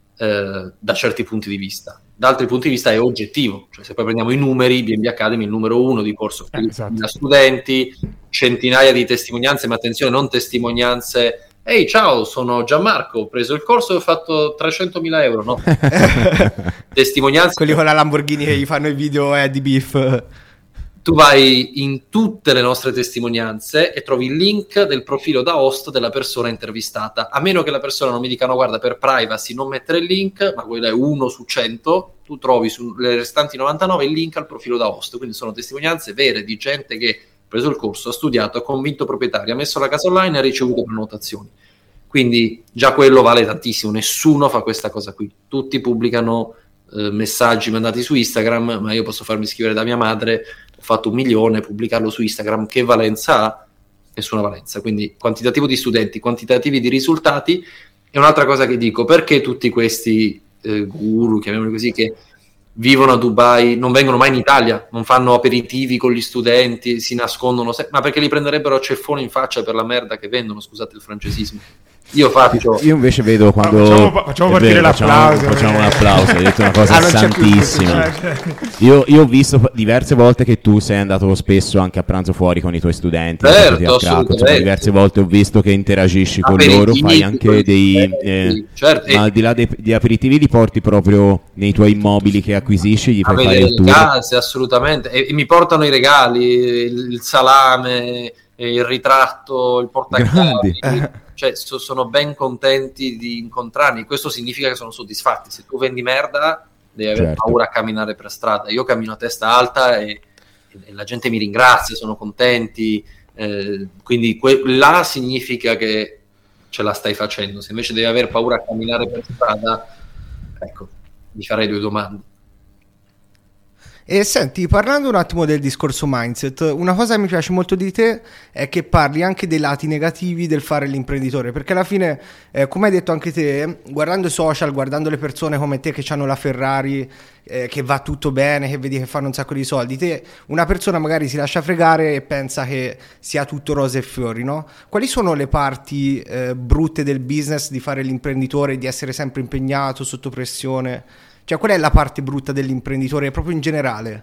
da certi punti di vista. Da altri punti di vista è oggettivo, cioè se poi prendiamo i numeri, B&B Academy è il numero 1 di corso, esatto. Da studenti, centinaia di testimonianze, ma attenzione, non testimonianze ehi ciao, sono Gianmarco, ho preso il corso e ho fatto 300.000 euro, no? Testimonianze. Quelli con la Lamborghini che gli fanno i video di beef. Tu vai in tutte le nostre testimonianze e trovi il link del profilo da host della persona intervistata, a meno che la persona non mi dica no, guarda, per privacy non mettere il link, ma quello è 1 su 100, tu trovi sulle restanti 99 il link al profilo da host, quindi sono testimonianze vere di gente che ha preso il corso, ha studiato, ha convinto proprietari, ha messo la casa online e ha ricevuto prenotazioni. Quindi già quello vale tantissimo, nessuno fa questa cosa qui, tutti pubblicano messaggi mandati su Instagram, ma io posso farmi scrivere da mia madre, ho fatto 1 milione, pubblicarlo su Instagram, che valenza ha? Nessuna valenza. Quindi quantitativo di studenti, quantitativi di risultati. E un'altra cosa che dico, perché tutti questi guru, chiamiamoli così, che vivono a Dubai, non vengono mai in Italia, non fanno aperitivi con gli studenti, si nascondono, ma perché li prenderebbero a ceffone in faccia per la merda che vendono, scusate il francesismo. Io invece vedo quando facciamo partire l'applauso. Facciamo un applauso, hai detto una cosa santissima. Io ho visto diverse volte che tu sei andato spesso anche a pranzo fuori con i tuoi studenti, certo, diverse volte ho visto che interagisci con loro, fai anche dei certo. Ma al di là di aperitivi li porti proprio nei tuoi immobili che acquisisci, gli fai fare il tour. Case, assolutamente, e mi portano i regali, il salame, il ritratto, il portachiavi. Cioè sono ben contenti di incontrarmi, questo significa che sono soddisfatti. Se tu vendi merda devi avere paura a camminare per strada. Io cammino a testa alta e la gente mi ringrazia, sono contenti, quindi là significa che ce la stai facendo. Se invece devi aver paura a camminare per strada, ecco, mi farei 2 domande. E senti, parlando un attimo del discorso mindset, una cosa che mi piace molto di te è che parli anche dei lati negativi del fare l'imprenditore, perché alla fine, come hai detto anche te, guardando i social, guardando le persone come te che hanno la Ferrari, che va tutto bene, che vedi che fanno un sacco di soldi, te, una persona magari si lascia fregare e pensa che sia tutto rose e fiori, no? Quali sono le parti brutte del business di fare l'imprenditore, di essere sempre impegnato, sotto pressione? Cioè, qual è la parte brutta dell'imprenditore proprio in generale?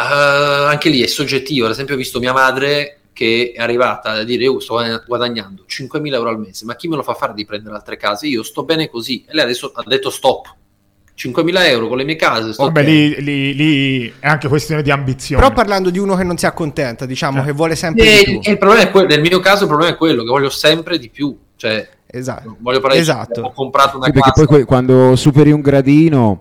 Ma anche lì è soggettivo. Ad esempio ho visto mia madre che è arrivata a dire io sto guadagnando 5.000 euro al mese, ma chi me lo fa fare di prendere altre case? Io sto bene così. E lei adesso ha detto stop. 5.000 euro con le mie case. Vabbè, lì è anche questione di ambizione. Però parlando di uno che non si accontenta, diciamo, che vuole sempre di più. E il problema è nel mio caso il problema è quello, che voglio sempre di più. Cioè, voglio parlare esatto. Ho comprato una casa. Perché poi quando superi un gradino,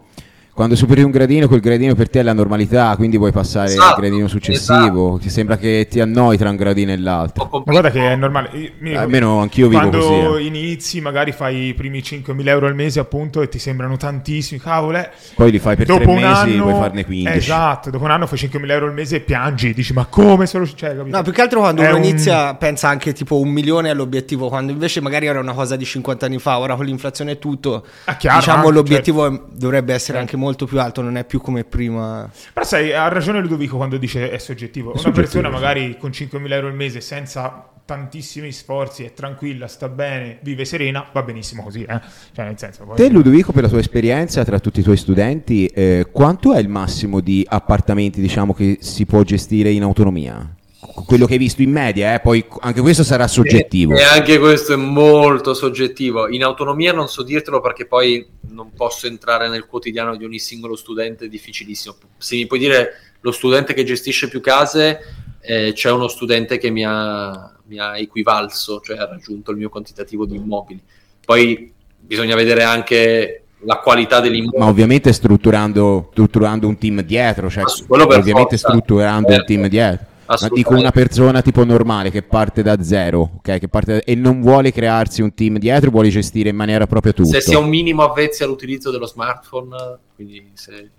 quel gradino per te è la normalità, quindi puoi passare al gradino successivo. Ti sembra che ti annoi tra un gradino e l'altro. Ma guarda che è normale. Almeno anch'io vivo così. Quando inizi, magari fai i primi 5.000 euro al mese, appunto, e ti sembrano tantissimi, cavolo. Poi li fai per dopo 3 mesi, puoi farne 15. Esatto, dopo un anno fai 5.000 euro al mese e piangi, dici ma come solo capito? No, più che altro quando uno inizia pensa anche tipo 1 milione all'obiettivo, quando invece magari era una cosa di 50 anni fa, ora con l'inflazione e tutto, chiaro, diciamo l'obiettivo dovrebbe essere anche molto più alto, non è più come prima. Però sai, ha ragione Ludovico quando dice è soggettivo. Una persona magari con 5.000 euro al mese senza tantissimi sforzi è tranquilla, sta bene, vive serena, va benissimo così, cioè nel senso, poi... Te Ludovico, per la tua esperienza tra tutti i tuoi studenti, quanto è il massimo di appartamenti, diciamo, che si può gestire in autonomia? Quello che hai visto in media, poi anche questo sarà soggettivo. E anche questo è molto soggettivo. In autonomia non so dirtelo perché poi non posso entrare nel quotidiano di ogni singolo studente, è difficilissimo. Se mi puoi dire lo studente che gestisce più case, c'è uno studente che mi ha equivalso, cioè ha raggiunto il mio quantitativo di immobili. Poi bisogna vedere anche la qualità dell'immobile. Ma ovviamente strutturando un team dietro, cioè ovviamente strutturando un team dietro. Ma dico una persona tipo normale che parte da zero, ok? E non vuole crearsi un team dietro, vuole gestire in maniera propria tutto. Se si è un minimo avvezzi all'utilizzo dello smartphone, quindi se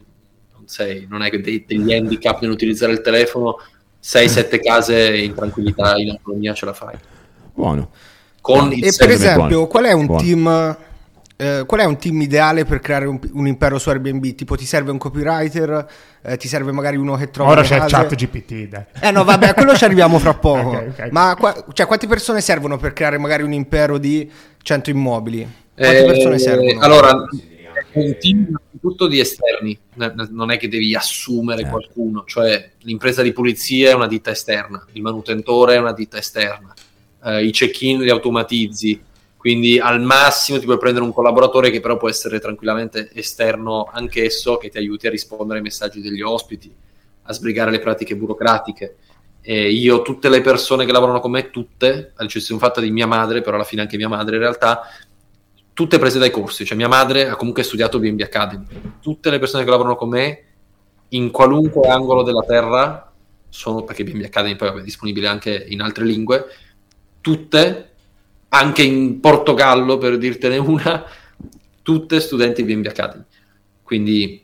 non hai degli handicap nell'utilizzare il telefono, 6-7 case in tranquillità, in autonomia ce la fai. Buono. E per esempio, qual è un team qual è un team ideale per creare un impero su Airbnb? Tipo, ti serve un copywriter, ti serve magari uno che trova ora le c'è case? ChatGPT, dai. No, vabbè, a quello ci arriviamo fra poco. Okay. Ma quante persone servono per creare magari un impero di 100 immobili? Quante persone servono? Allora, un team innanzitutto di esterni, non è che devi assumere qualcuno, cioè l'impresa di pulizia è una ditta esterna, il manutentore è una ditta esterna, i check-in li automatizzi, quindi al massimo ti puoi prendere un collaboratore che però può essere tranquillamente esterno anch'esso, che ti aiuti a rispondere ai messaggi degli ospiti, a sbrigare le pratiche burocratiche. E io, tutte le persone che lavorano con me, tutte, a eccezione fatta di mia madre, però alla fine anche mia madre in realtà, tutte prese dai corsi, cioè mia madre ha comunque studiato B&B Academy, tutte le persone che lavorano con me in qualunque angolo della terra sono, perché B&B Academy poi è disponibile anche in altre lingue, tutte, anche in Portogallo per dirtene una, tutte studenti B&B Academy, quindi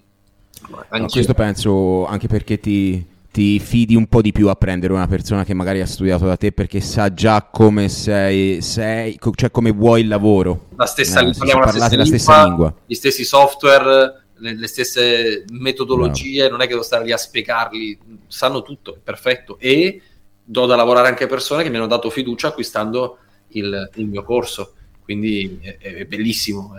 questo penso anche perché ti fidi un po' di più a prendere una persona che magari ha studiato da te, perché sa già come sei cioè come vuoi il lavoro. La stessa lingua, parlate la stessa lingua, gli stessi software, le stesse metodologie. Bravo. Non è che devo stare lì a spiegarli, sanno tutto, è perfetto. E do da lavorare anche a persone che mi hanno dato fiducia acquistando il mio corso, quindi è bellissimo.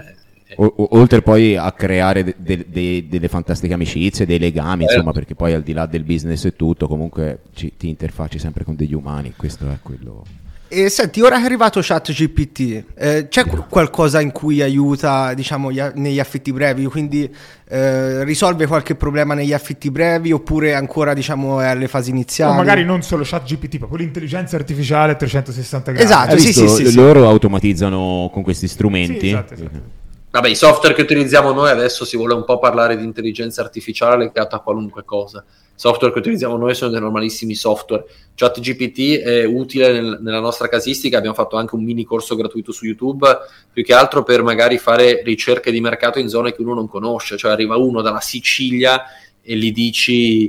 Oltre poi a creare delle fantastiche amicizie, dei legami, insomma, perché poi al di là del business e tutto, comunque ti interfacci sempre con degli umani, questo è quello. E senti, ora che è arrivato ChatGPT, c'è qualcosa in cui aiuta, diciamo, negli affitti brevi, quindi risolve qualche problema negli affitti brevi, oppure ancora, diciamo, è alle fasi iniziali? O magari non solo ChatGPT, proprio l'intelligenza artificiale a 360 gradi. Esatto, sì. Loro automatizzano con questi strumenti. Sì, esatto. Vabbè, i software che utilizziamo noi adesso, si vuole un po' parlare di intelligenza artificiale legata a qualunque cosa. I software che utilizziamo noi sono dei normalissimi software. ChatGPT è utile nella nostra casistica, abbiamo fatto anche un mini corso gratuito su YouTube, più che altro per magari fare ricerche di mercato in zone che uno non conosce, cioè arriva uno dalla Sicilia e gli dici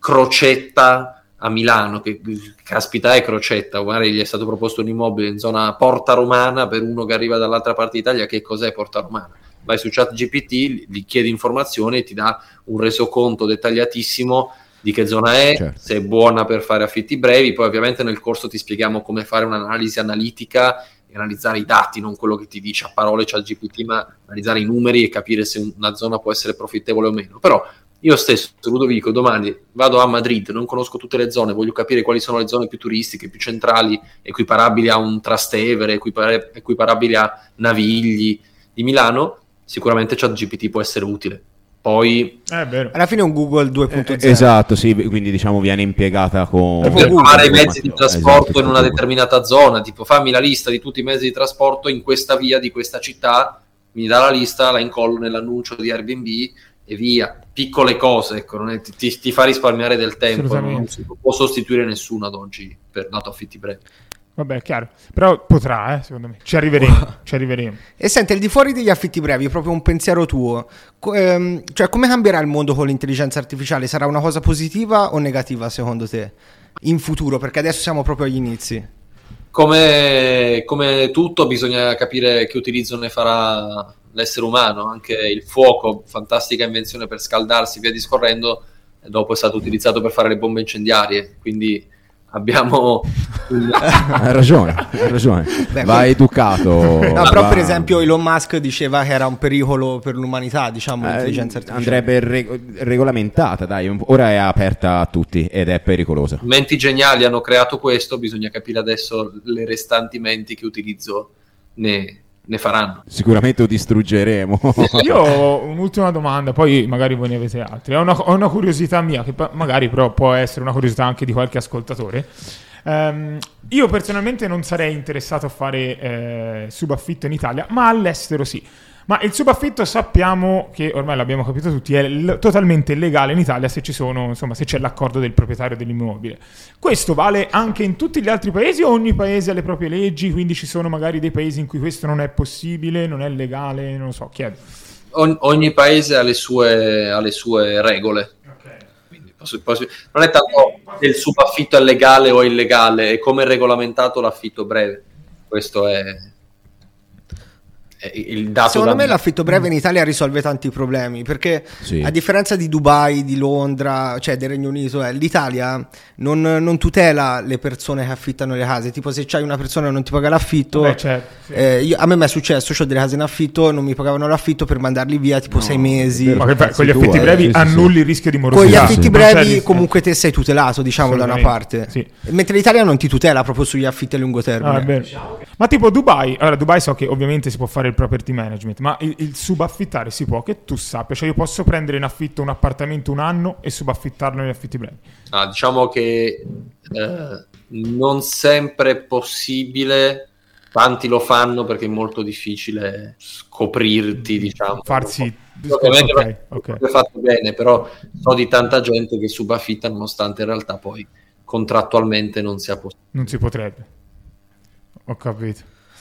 Crocetta a Milano, che caspita è Crocetta, magari gli è stato proposto un immobile in zona Porta Romana per uno che arriva dall'altra parte d'Italia, che cos'è Porta Romana? Vai su ChatGPT, gli chiedi informazioni e ti dà un resoconto dettagliatissimo di che zona è, certo, se è buona per fare affitti brevi. Poi ovviamente nel corso ti spieghiamo come fare un'analisi analitica e analizzare i dati, non quello che ti dice a parole ChatGPT, ma analizzare i numeri e capire se una zona può essere profittevole o meno. Però io stesso, Ludovico, domani vado a Madrid, non conosco tutte le zone, voglio capire quali sono le zone più turistiche, più centrali, equiparabili a un Trastevere, equiparabili a Navigli di Milano. Sicuramente ChatGPT può essere utile. Poi è vero. Alla fine è un Google 2.0. Esatto, sì, quindi diciamo viene impiegata con per trovare i mezzi di trasporto in una determinata zona, tipo fammi la lista di tutti i mezzi di trasporto in questa via di questa città, mi dà la lista, la incollo nell'annuncio di Airbnb e via. Piccole cose, ecco, non è, ti fa risparmiare del tempo, non si può sostituire nessuno ad oggi per lato affitti brevi. Vabbè, chiaro, però potrà, secondo me, ci arriveremo. E senti, al di fuori degli affitti brevi, proprio un pensiero tuo, cioè come cambierà il mondo con l'intelligenza artificiale? Sarà una cosa positiva o negativa secondo te in futuro? Perché adesso siamo proprio agli inizi. Come tutto bisogna capire che utilizzo ne farà l'essere umano. Anche il fuoco, fantastica invenzione per scaldarsi, via discorrendo, dopo è stato utilizzato per fare le bombe incendiarie, quindi abbiamo hai ragione. Beh, va educato. No, però per esempio Elon Musk diceva che era un pericolo per l'umanità, diciamo, l'intelligenza artificiale. Andrebbe regolamentata, dai, ora è aperta a tutti ed è pericolosa. Menti geniali hanno creato questo, bisogna capire adesso le restanti menti che utilizzo ne faranno. Sicuramente lo distruggeremo. Io ho un'ultima domanda, poi magari voi ne avete altre. Ho una curiosità mia, che magari però può essere una curiosità anche di qualche ascoltatore. Io personalmente non sarei interessato a fare subaffitto in Italia, ma all'estero sì. Ma il subaffitto sappiamo che, ormai l'abbiamo capito tutti, è totalmente illegale in Italia se ci sono, insomma, se c'è l'accordo del proprietario dell'immobile. Questo vale anche in tutti gli altri paesi o ogni paese ha le proprie leggi, quindi ci sono magari dei paesi in cui questo non è possibile, non è legale, non lo so, chiedo. Ogni paese ha le sue regole. Okay. Quindi non è tanto se il subaffitto è legale o illegale, è come è regolamentato l'affitto breve. Questo è il dato secondo me l'affitto breve in Italia risolve tanti problemi, perché a differenza di Dubai, di Londra, cioè del Regno Unito, l'Italia non tutela le persone che affittano le case. Tipo, se c'hai una persona che non ti paga l'affitto, a me è successo, ho delle case in affitto, non mi pagavano l'affitto per mandarli via tipo 6 mesi. Ma con gli affitti brevi annulli il rischio di morosità. Con gli affitti brevi comunque te sei tutelato, diciamo, da una parte, mentre l'Italia non ti tutela proprio sugli affitti a lungo termine. Ma tipo Dubai, allora Dubai so che ovviamente si può fare il property management, ma il subaffittare si può, che tu sappia, cioè io posso prendere in affitto un appartamento un anno e subaffittarlo negli affitti brevi? Diciamo che non sempre è possibile, tanti lo fanno perché è molto difficile scoprirti, diciamo. Farsi... Ovviamente è fatto bene, però so di tanta gente che subaffitta nonostante in realtà poi contrattualmente non sia possibile. Non si potrebbe. Ho capito.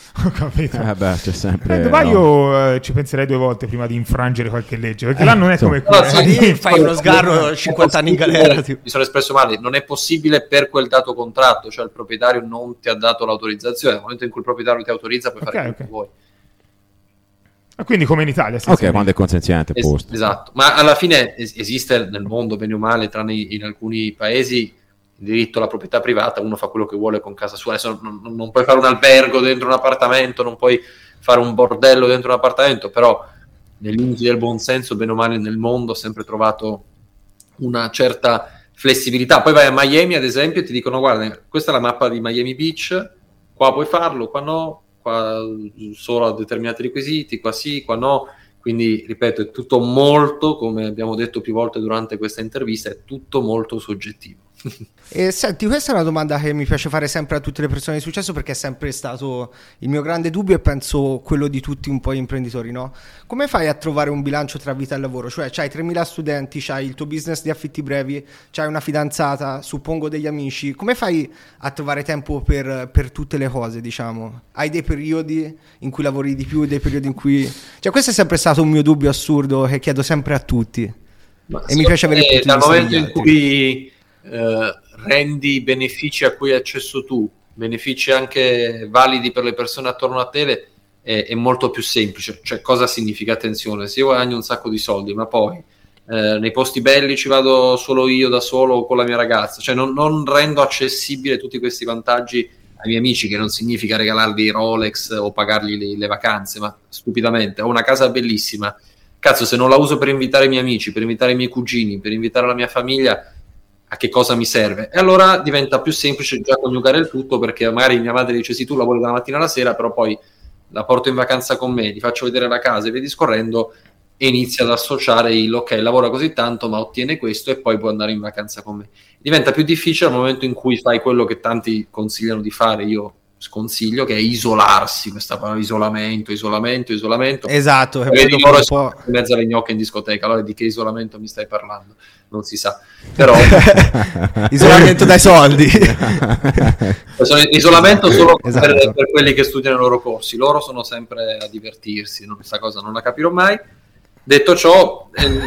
C'è sempre. Dubai io ci penserei 2 volte prima di infrangere qualche legge, perché là non è come qui. Fai uno sgarro 50 anni in galera. Mi sono espresso male, non è possibile per quel dato contratto, cioè il proprietario non ti ha dato l'autorizzazione, nel momento in cui il proprietario ti autorizza puoi fare quello che vuoi. Quindi come in Italia. Quando è consenziente posto. Esatto, ma alla fine esiste nel mondo, bene o male, tranne in alcuni paesi, il diritto alla proprietà privata, uno fa quello che vuole con casa sua. Adesso non puoi fare un albergo dentro un appartamento, non puoi fare un bordello dentro un appartamento, però nei limiti del buon senso, bene o male nel mondo ho sempre trovato una certa flessibilità. Poi vai a Miami ad esempio e ti dicono: guarda, questa è la mappa di Miami Beach, qua puoi farlo, qua no, qua solo a determinati requisiti, qua sì, qua no. Quindi ripeto, è tutto molto, come abbiamo detto più volte durante questa intervista, è tutto molto soggettivo. E senti, questa è una domanda che mi piace fare sempre a tutte le persone di successo, perché è sempre stato il mio grande dubbio e penso quello di tutti un po' gli imprenditori, no? Come fai a trovare un bilancio tra vita e lavoro? Cioè c'hai 3.000 studenti, c'hai il tuo business di affitti brevi, c'hai una fidanzata, suppongo degli amici. Come fai a trovare tempo per tutte le cose, diciamo? Hai dei periodi in cui lavori di più, dei periodi in cui... Cioè questo è sempre stato un mio dubbio assurdo che chiedo sempre a tutti. E mi piace avere il punto di vista dal momento in cui rendi i benefici a cui hai accesso tu, benefici anche validi per le persone attorno a te, è molto più semplice. Cioè, cosa significa? Attenzione, se io guadagno un sacco di soldi ma poi nei posti belli ci vado solo io da solo o con la mia ragazza, cioè non rendo accessibile tutti questi vantaggi ai miei amici, che non significa regalargli Rolex o pagargli le vacanze, ma stupidamente ho una casa bellissima, cazzo, se non la uso per invitare i miei amici, per invitare i miei cugini, per invitare la mia famiglia, a che cosa mi serve? E allora diventa più semplice già coniugare il tutto, perché magari mia madre dice: sì, tu lavori dalla mattina alla sera, però poi la porto in vacanza con me, ti faccio vedere la casa e via discorrendo, e inizia ad associare ok, lavora così tanto ma ottiene questo e poi può andare in vacanza con me. Diventa più difficile al momento in cui fai quello che tanti consigliano di fare, io sconsiglio, che è isolarsi, questa parola isolamento. Esatto, che vedi loro in mezzo alle gnocche in discoteca, allora di che isolamento mi stai parlando? Non si sa, però isolamento dai soldi. Isolamento solo per quelli che studiano i loro corsi, loro sono sempre a divertirsi, questa cosa non la capirò mai. Detto ciò,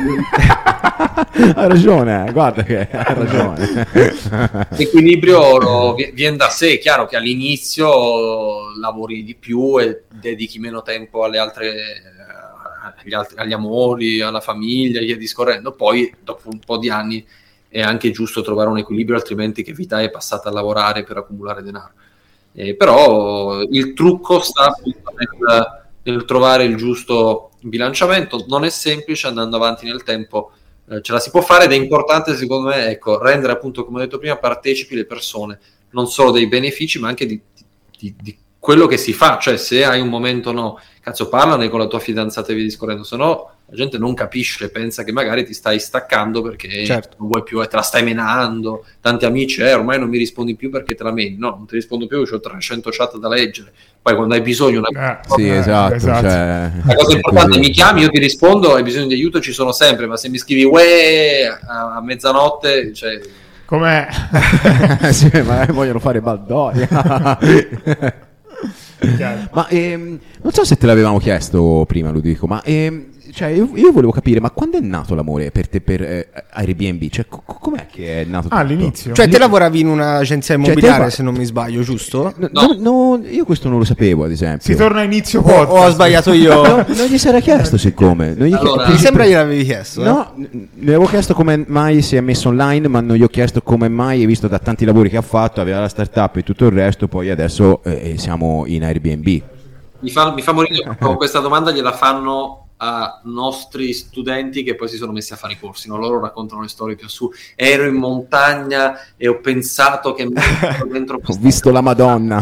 ha ragione, guarda che ha ragione. L'equilibrio viene da sé. È chiaro che all'inizio lavori di più e dedichi meno tempo alle altre, agli amori, alla famiglia, via discorrendo. Poi dopo un po' di anni è anche giusto trovare un equilibrio, altrimenti che vita è passata a lavorare per accumulare denaro. Però il trucco sta nel trovare il giusto bilanciamento. Non è semplice, andando avanti nel tempo ce la si può fare, ed è importante secondo me, ecco, rendere, appunto, come ho detto prima, partecipi le persone, non solo dei benefici ma anche di quello che si fa. Cioè, se hai un momento, no, cazzo, parlane con la tua fidanzata e via discorrendo, se no la gente non capisce, pensa che magari ti stai staccando perché non vuoi più e te la stai menando. Tanti amici, ormai non mi rispondi più perché te la meni. No, non ti rispondo più, ho 300 chat da leggere. Poi quando hai bisogno esatto. Cioè, la cosa importante, mi chiami, io ti rispondo, hai bisogno di aiuto, ci sono sempre, ma se mi scrivi a mezzanotte, cioè... Com'è? Sì, ma vogliono fare baldoria. Ma non so se te l'avevamo chiesto prima, Ludovico, ma cioè, io volevo capire, ma quando è nato l'amore per te per Airbnb? Cioè, com'è che è nato tutto? All'inizio. Cioè, te lavoravi in un'agenzia immobiliare, se non mi sbaglio, giusto? No, io questo non lo sapevo, ad esempio. Si torna a inizio podcast. O ho sbagliato io? No, non gli si era chiesto, siccome. Mi sembra gliel'avevi chiesto. No, ne avevo chiesto come mai si è messo online, ma non gli ho chiesto come mai, visto da tanti lavori che ha fatto, aveva la startup e tutto il resto, poi adesso siamo in Airbnb. Mi fa morire questa domanda, gliela fanno a nostri studenti che poi si sono messi a fare i corsi, no? Loro raccontano le storie più su. Ero in montagna e ho pensato che dentro ho visto la Madonna.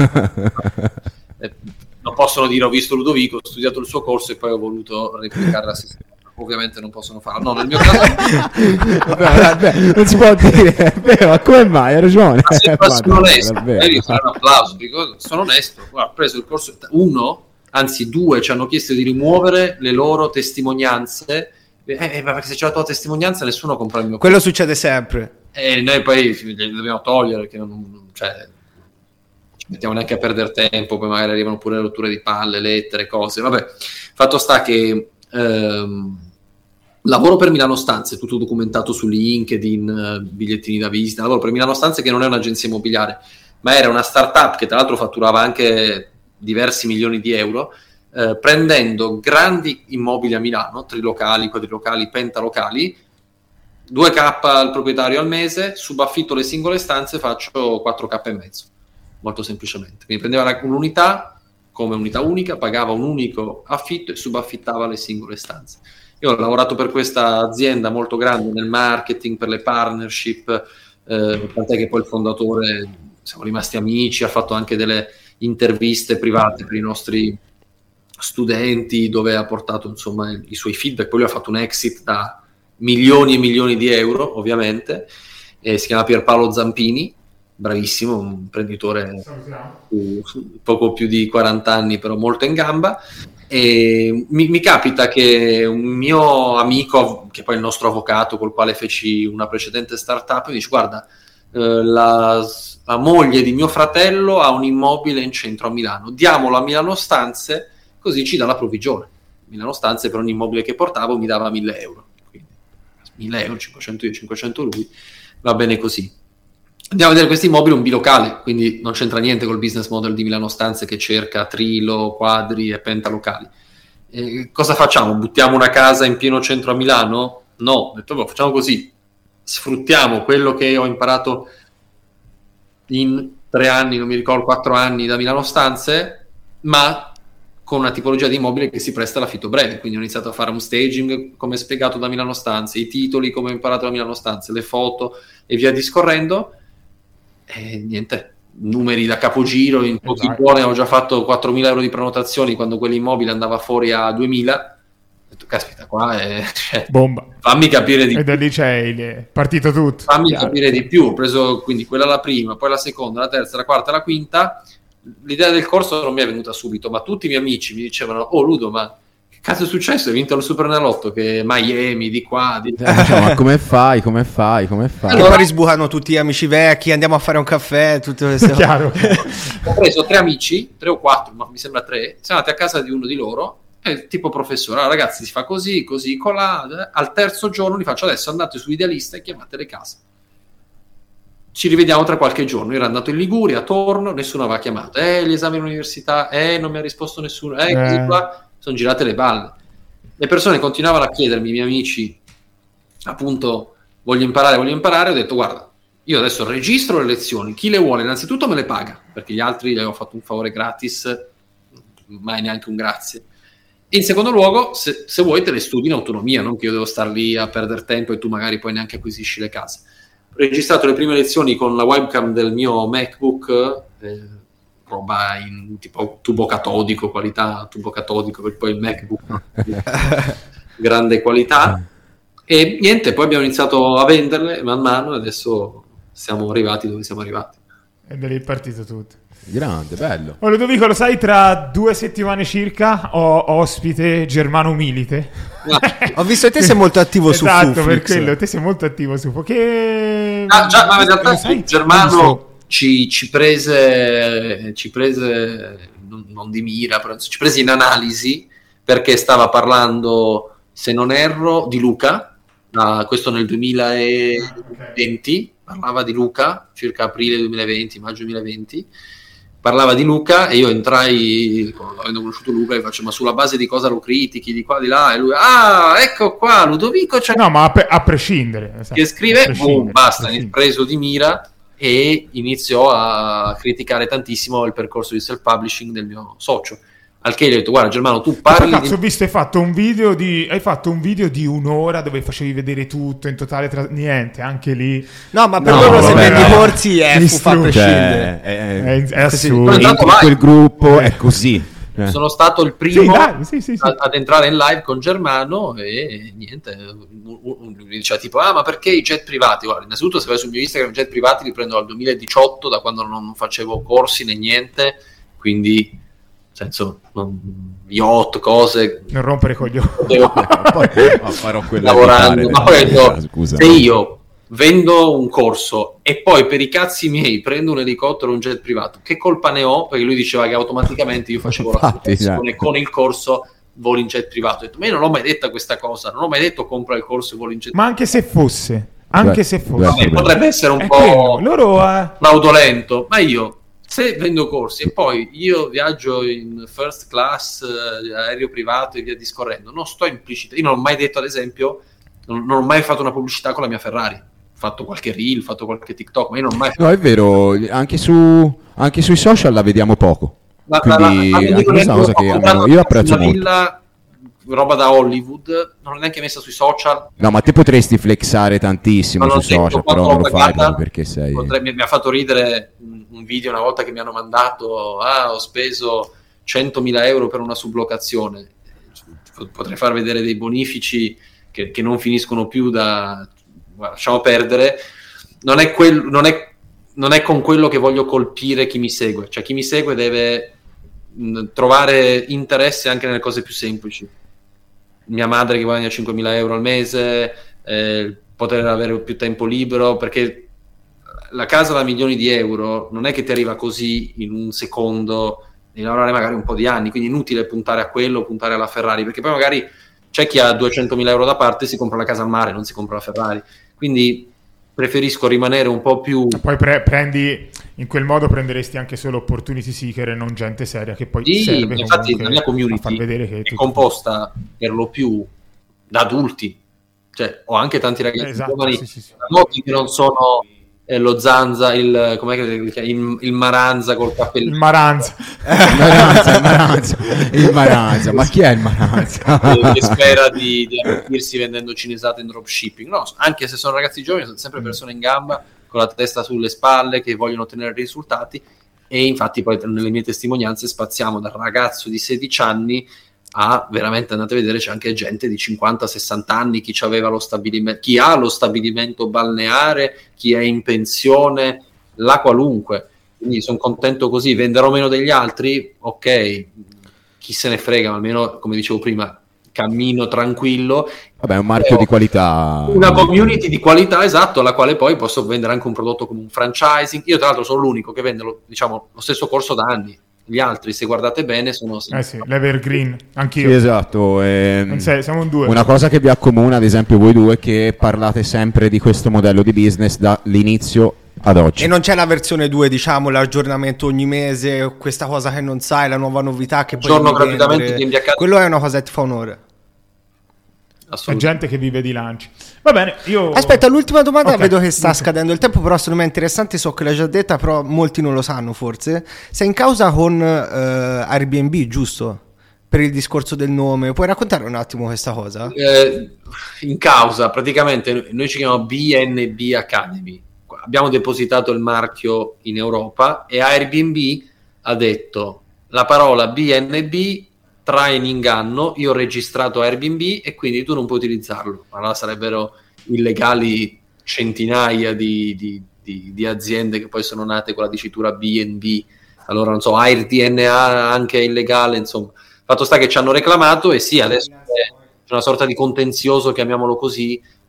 Non possono dire ho visto Ludovico, ho studiato il suo corso e poi ho voluto replicare la stessa. Ovviamente non possono farlo. No, nel mio caso vabbè, non si può dire. Ma come mai? Hai ragione. Sono onesto. Devi fare un applauso. Dico, sono onesto. Guarda, ho preso il corso. Anzi due ci hanno chiesto di rimuovere le loro testimonianze. Ma perché se c'è la tua testimonianza nessuno compra il mio corso. Quello succede sempre. E noi poi le dobbiamo togliere, che non ci mettiamo neanche a perdere tempo, poi magari arrivano pure rotture di palle, lettere, cose. Vabbè, fatto sta che lavoro per Milano Stanze, tutto documentato su LinkedIn, bigliettini da visita. Lavoro per Milano Stanze, che non è un'agenzia immobiliare, ma era una startup che tra l'altro fatturava anche diversi milioni di euro, prendendo grandi immobili a Milano, trilocali, quadrilocali, pentalocali, 2k al proprietario al mese, subaffitto le singole stanze, faccio 4k e mezzo, molto semplicemente. Quindi prendeva un'unità come unità unica, pagava un unico affitto e subaffittava le singole stanze. Io ho lavorato per questa azienda molto grande nel marketing, per le partnership, tant'è che poi il fondatore, siamo rimasti amici, ha fatto anche delle interviste private per i nostri studenti, dove ha portato insomma i suoi feedback. Poi lui ha fatto un exit da milioni e milioni di euro, ovviamente, si chiama Pierpaolo Zampini, bravissimo, un imprenditore poco più di 40 anni, però molto in gamba. E mi capita che un mio amico, che poi è il nostro avvocato col quale feci una precedente startup, mi dice: guarda, la moglie di mio fratello ha un immobile in centro a Milano, diamolo a Milano Stanze, così ci dà la provvigione. Milano Stanze per ogni immobile che portavo mi dava 1.000 euro, quindi 1.000 euro, 500 io, 500 lui, va bene così. Andiamo a vedere questo immobile, un bilocale, quindi non c'entra niente col business model di Milano Stanze, che cerca trilo, quadri e pentalocali. Cosa facciamo? Buttiamo una casa in pieno centro a Milano? No, ho detto, facciamo così, sfruttiamo quello che ho imparato in 3 anni, non mi ricordo, 4 anni da Milano Stanze, ma con una tipologia di immobile che si presta all'affitto breve. Quindi ho iniziato a fare un staging come spiegato da Milano Stanze, i titoli come ho imparato da Milano Stanze, le foto e via discorrendo. E niente, numeri da capogiro, in pochi buoni ho già fatto 4.000 euro di prenotazioni quando quell'immobile andava fuori a 2.000. Ho detto, caspita, qua è bomba, fammi capire di più. E da lì c'è partito tutto, fammi capire di più. Ho preso quindi quella la prima, poi la seconda, la terza, la quarta, la quinta. L'idea del corso non mi è venuta subito, ma tutti i miei amici mi dicevano: oh Ludo, ma che cazzo è successo? Hai vinto il Superenalotto, che Miami, di qua, di ma come fai? Allora risbucano tutti gli amici vecchi, andiamo a fare un caffè, tutte queste chiaro. Ho preso 3 amici, 3 o 4, ma mi sembra 3, siamo andati a casa di uno di loro, e tipo professore: ah, ragazzi, si fa così, così, colà. Al terzo giorno li faccio: adesso andate su Idealista e chiamate le case, ci rivediamo tra qualche giorno. Io ero andato in Liguria, torno, nessuno aveva chiamato, gli esami all'università, non mi ha risposto nessuno, così qua. Sono girate le balle. Le persone continuavano a chiedermi, i miei amici, appunto, voglio imparare. Ho detto: guarda, io adesso registro le lezioni, chi le vuole innanzitutto me le paga, perché gli altri gli avevo fatto un favore gratis, mai neanche un grazie. E in secondo luogo, se vuoi te le studi in autonomia, non che io devo star lì a perdere tempo e tu magari poi neanche acquisisci le case. Ho registrato le prime lezioni con la webcam del mio MacBook, roba in tipo tubo catodico, qualità tubo catodico, perché poi il MacBook grande qualità. E niente, poi abbiamo iniziato a venderle man mano e adesso siamo arrivati dove siamo arrivati. E da lì è partito tutto. Grande, bello. Ludovico, lo sai, tra 2 settimane circa ho ospite Germano Milite. Ho visto che te sei molto attivo su Fuflix. Esatto, per quello, te sei molto attivo su che già, ma in realtà sai, Germano ci prese non di mira, però ci prese in analisi perché stava parlando, se non erro, di Luca, questo nel 2020, parlava di Luca, circa aprile 2020, maggio 2020, parlava di Luca e io entrai, avendo conosciuto Luca, e faccio, ma sulla base di cosa lo critichi, di qua, di là, e lui, ecco qua, Ludovico, no, ma a prescindere, che scrive, basta, preso di mira, e iniziò a criticare tantissimo il percorso di self-publishing del mio socio. Al che gli ho detto, guarda Germano, tu parli cazzo, ho visto, hai fatto un video di un'ora dove facevi vedere tutto in totale, niente, anche lì. No, ma per loro se vendi i corsi è fa a prescindere. È assurdo. In quel gruppo è così. Sono stato il primo ad entrare in live con Germano e niente, mi diceva tipo, ma perché i jet privati? Guarda, innanzitutto se vai sul mio Instagram, i jet privati li prendo dal 2018, da quando non facevo corsi né niente, quindi senso yacht, cose, non rompere coglioni, poi farò quello lavorando, ma poi se io vendo un corso e poi per i cazzi miei prendo un elicottero o un jet privato, che colpa ne ho? Perché lui diceva che automaticamente io facevo la formazione con il corso voli in jet privato. Ho detto, ma io non l'ho mai detta questa cosa, non ho mai detto compra il corso e voli in jet privato. Ma anche se fosse vabbè, potrebbe essere un po' fraudolento, ma io se vendo corsi e poi io viaggio in first class, aereo privato e via discorrendo, non sto implicito, io non ho mai detto, ad esempio, non ho mai fatto una pubblicità con la mia Ferrari, ho fatto qualche reel, ho fatto qualche TikTok, ma io non ho mai fatto... No, è vero, anche sui social la vediamo poco, quindi anche questa cosa che io apprezzo molto. Roba da Hollywood, non l'ho neanche messa sui social. No, ma te potresti flexare tantissimo sui social, però non lo fai perché sei... Mi ha fatto ridere un video una volta che mi hanno mandato, ho speso 100.000 euro per una sublocazione. Potrei far vedere dei bonifici che non finiscono più guarda, lasciamo perdere. Non è con quello che voglio colpire chi mi segue. Cioè chi mi segue deve trovare interesse anche nelle cose più semplici. Mia madre che guadagna 5.000 euro al mese, poter avere più tempo libero, perché la casa da milioni di euro non è che ti arriva così in un secondo, devi lavorare magari un po' di anni, quindi è inutile puntare a quello, puntare alla Ferrari, perché poi magari c'è chi ha 200.000 euro da parte e si compra la casa al mare, non si compra la Ferrari, quindi preferisco rimanere un po' più... Poi prendi, in quel modo prenderesti anche solo opportunity seeker e non gente seria che poi serve. Infatti la mia community è composta per lo più da adulti, cioè ho anche tanti ragazzi giovani, noti che non sono lo Zanza, il Maranza col cappellino. Il Maranza, ma chi è il Maranza? Che spera di arricchirsi vendendo cinesate in dropshipping. No, anche se sono ragazzi giovani, sono sempre persone in gamba con la testa sulle spalle che vogliono ottenere risultati, e infatti poi nelle mie testimonianze spaziamo dal ragazzo di 16 anni a veramente, andate a vedere, c'è anche gente di 50-60 anni, chi aveva lo stabilimento, chi ha lo stabilimento balneare, chi è in pensione, la qualunque. Quindi sono contento così. Venderò meno degli altri, ok, chi se ne frega, ma almeno, come dicevo prima, cammino tranquillo. Vabbè, è un marchio di qualità, una community di qualità, esatto, alla quale poi posso vendere anche un prodotto come un franchising. Io tra l'altro sono l'unico che vende lo stesso corso da anni. Gli altri, se guardate bene, sono l'Evergreen, anch'io. Sì, esatto. Siamo in due. Una cosa che vi accomuna, ad esempio, voi due, che parlate sempre di questo modello di business dall'inizio ad oggi. E non c'è la versione 2, diciamo, l'aggiornamento ogni mese, questa cosa che non sai, la nuova novità che poi giorno gratuitamente di invia. Quello è una cosa che ti fa onore. È gente che vive di lanci. Va bene, io... Aspetta, l'ultima domanda, okay. Vedo che sta scadendo il tempo, però secondo me è interessante, so che l'hai già detta, però molti non lo sanno forse. Sei in causa con Airbnb, giusto? Per il discorso del nome. Puoi raccontare un attimo questa cosa? In causa, praticamente, noi ci chiamiamo BNB Academy. Abbiamo depositato il marchio in Europa e Airbnb ha detto la parola BNB trae in inganno, io ho registrato Airbnb e quindi tu non puoi utilizzarlo. Allora sarebbero illegali centinaia di aziende che poi sono nate con la dicitura B&B. Allora non so, AirDNA anche è illegale, insomma. Fatto sta che ci hanno reclamato e sì, adesso c'è una sorta di contenzioso, chiamiamolo così,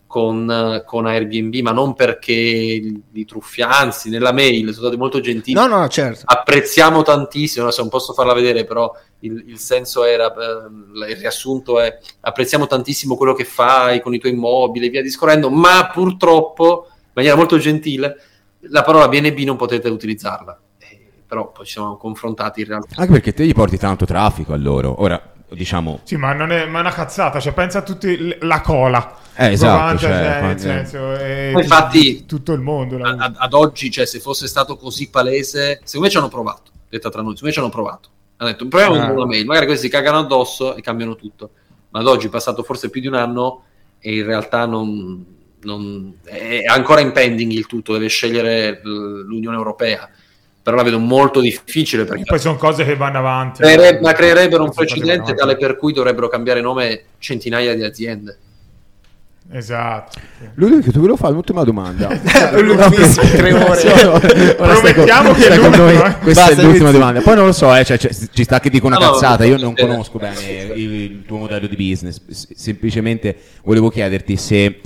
con Airbnb, ma non perché li truffiamo, anzi nella mail sono stati molto gentili. No, certo. Apprezziamo tantissimo, adesso non posso farla vedere, però il senso era, il riassunto è: apprezziamo tantissimo quello che fai con i tuoi immobili e via discorrendo, ma purtroppo, in maniera molto gentile, la parola BNB non potete utilizzarla. Però poi ci siamo confrontati in realtà. Anche perché te gli porti tanto traffico a loro. Ora, diciamo... Sì, ma non è una cazzata, cioè pensa a tutti la cola. Esatto, nel senso, infatti tutto il mondo. Ad oggi, cioè, se fosse stato così palese, secondo me ci hanno provato, detta tra noi, secondo me ci hanno provato. Hanno detto, proviamo con una mail, magari questi si cagano addosso e cambiano tutto. Ma ad oggi è passato forse più di un anno e in realtà non è ancora in pending il tutto, deve scegliere l'Unione Europea. Però la vedo molto difficile perché poi sono cose che vanno avanti, ma creerebbero un precedente tale per cui dovrebbero cambiare nome centinaia di aziende. Esatto. Ludovico, tu ve lo fai l'ultima domanda. 3 ore. Promettiamo che con noi, questa Basta, è l'ultima domanda. Poi non lo so, cioè, ci sta che dico una cazzata. Io non bene. conosco bene il tuo modello di business. Semplicemente volevo chiederti se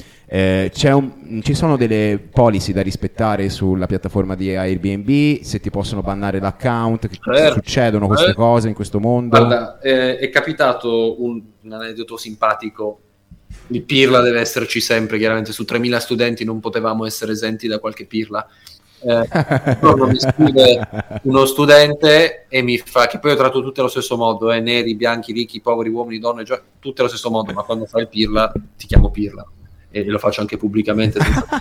ci sono delle policy da rispettare sulla piattaforma di Airbnb, se ti possono bannare l'account, succedono queste cose in questo mondo. Guarda, è capitato un aneddoto simpatico. Il pirla deve esserci sempre, chiaramente su 3.000 studenti non potevamo essere esenti da qualche pirla. Mi scrive uno studente e mi fa, che poi ho tratto tutti allo stesso modo, neri, bianchi, ricchi, poveri, uomini, donne, tutti allo stesso modo, ma quando fai il pirla ti chiamo pirla e lo faccio anche pubblicamente.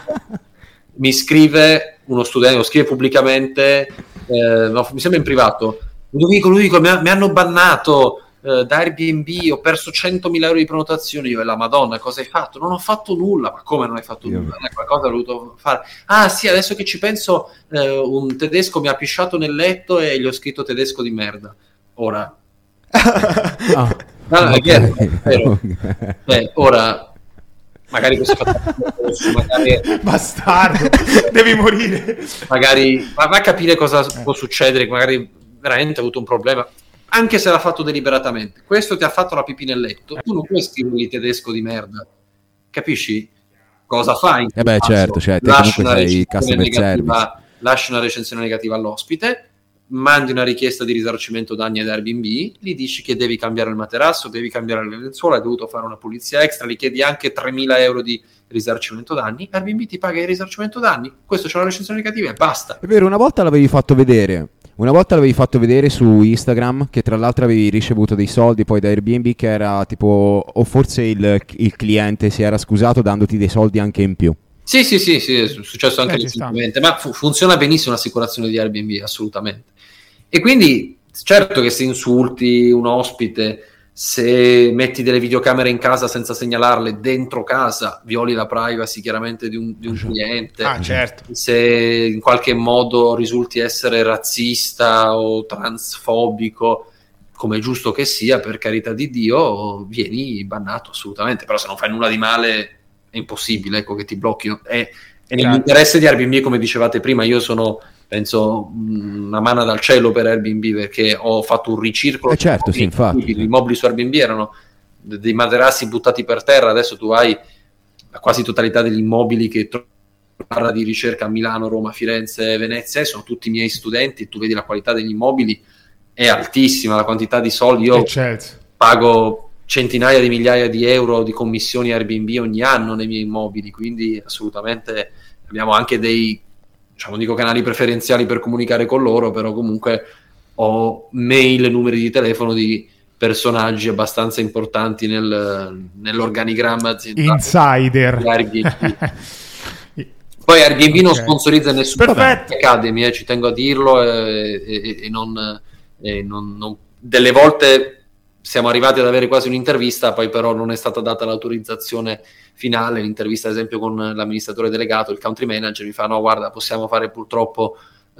Mi scrive uno studente, lo scrive pubblicamente, mi sembra in privato, Ludovico, mi hanno bannato da Airbnb, ho perso 100.000 euro di prenotazioni. Io, la Madonna, cosa hai fatto? Non ho fatto nulla. Ma come non hai fatto nulla? Qualcosa ho voluto fare. Ah sì, adesso che ci penso, un tedesco mi ha pisciato nel letto e gli ho scritto tedesco di merda. Ora è vero. Ora magari questo magari bastardo, devi morire. Magari va a capire cosa può succedere, magari veramente ha avuto un problema. Anche se l'ha fatto deliberatamente, questo ti ha fatto la pipì nel letto, tu non puoi scrivergli tedesco di merda, capisci? Cosa fai? Certo, cioè, te comunque sei customer service. Lasci una recensione negativa all'ospite, mandi una richiesta di risarcimento danni ad Airbnb, gli dici che devi cambiare il materasso, devi cambiare le lenzuola, hai dovuto fare una pulizia extra, gli chiedi anche 3.000 euro di risarcimento danni, Airbnb ti paga il risarcimento danni, questo c'è una recensione negativa e basta. È vero, una volta l'avevi fatto vedere su Instagram, che tra l'altro avevi ricevuto dei soldi poi da Airbnb, che era tipo, o forse il cliente si era scusato dandoti dei soldi anche in più. Sì, è successo anche recentemente, ma funziona benissimo l'assicurazione di Airbnb, assolutamente. E quindi, certo che se insulti un ospite, se metti delle videocamere in casa senza segnalarle dentro casa, violi la privacy chiaramente di un cliente. Certo. Se in qualche modo risulti essere razzista o transfobico, come è giusto che sia, per carità di Dio, vieni bannato assolutamente. Però se non fai nulla di male è impossibile, ecco, che ti blocchino. È nell'interesse di Airbnb, come dicevate prima. Io sono, penso, una manna dal cielo per Airbnb, perché ho fatto un ricircolo. Certo, sì, infatti. Gli immobili su Airbnb erano dei materassi buttati per terra. Adesso tu hai la quasi totalità degli immobili che parla di ricerca a Milano, Roma, Firenze, Venezia, sono tutti i miei studenti, e tu vedi la qualità degli immobili è altissima, la quantità di soldi. Io pago centinaia di migliaia di euro di commissioni Airbnb ogni anno nei miei immobili, quindi assolutamente abbiamo anche dei, diciamo, dico canali preferenziali per comunicare con loro, però comunque ho mail e numeri di telefono di personaggi abbastanza importanti nell'organigramma aziendale. Insider. Poi Airbnb non sponsorizza nessuno Academy, ci tengo a dirlo, e non delle volte siamo arrivati ad avere quasi un'intervista, poi però non è stata data l'autorizzazione finale. L'intervista ad esempio con l'amministratore delegato, il country manager, mi fa: no, guarda, possiamo fare purtroppo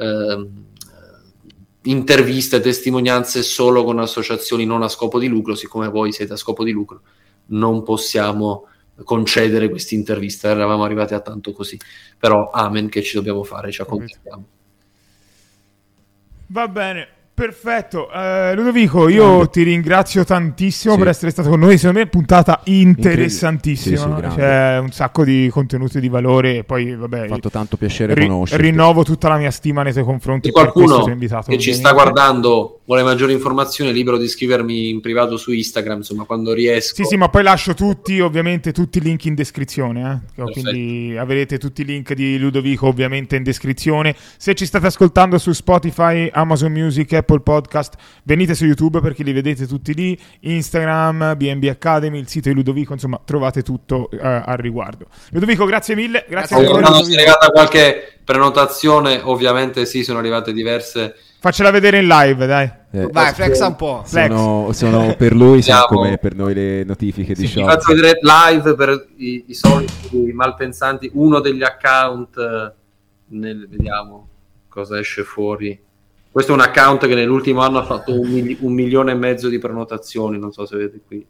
interviste, testimonianze solo con associazioni non a scopo di lucro, siccome voi siete a scopo di lucro non possiamo concedere queste interviste. Eravamo arrivati a tanto così, però amen, che ci dobbiamo fare, ci accontentiamo. Va bene. Perfetto, Ludovico, io ti ringrazio tantissimo per essere stato con noi. Secondo me puntata interessantissima, c'è un sacco di contenuti di valore e poi vabbè, fatto tanto piacere conoscerti. Rinnovo tutta la mia stima nei tuoi confronti. Se qualcuno che ci sta guardando vuole maggiori informazioni, è libero di scrivermi in privato su Instagram, insomma, quando riesco. Sì, ma poi lascio ovviamente tutti i link in descrizione, quindi avrete tutti i link di Ludovico ovviamente in descrizione. Se ci state ascoltando su Spotify, Amazon Music, Apple Podcast, venite su YouTube perché li vedete tutti lì, Instagram, B&B Academy, il sito di Ludovico, insomma trovate tutto al riguardo. Ludovico, grazie mille. Grazie se è arrivata qualche prenotazione, ovviamente sì, sono arrivate diverse. Faccela vedere in live, dai. Vai, flexa un po'. Sono per lui, sono come per noi le notifiche di show. Faccio vedere live per i soliti malpensanti uno degli account, vediamo cosa esce fuori. Questo è un account che nell'ultimo anno ha fatto 1,5 milioni di prenotazioni, non so se vedete qui.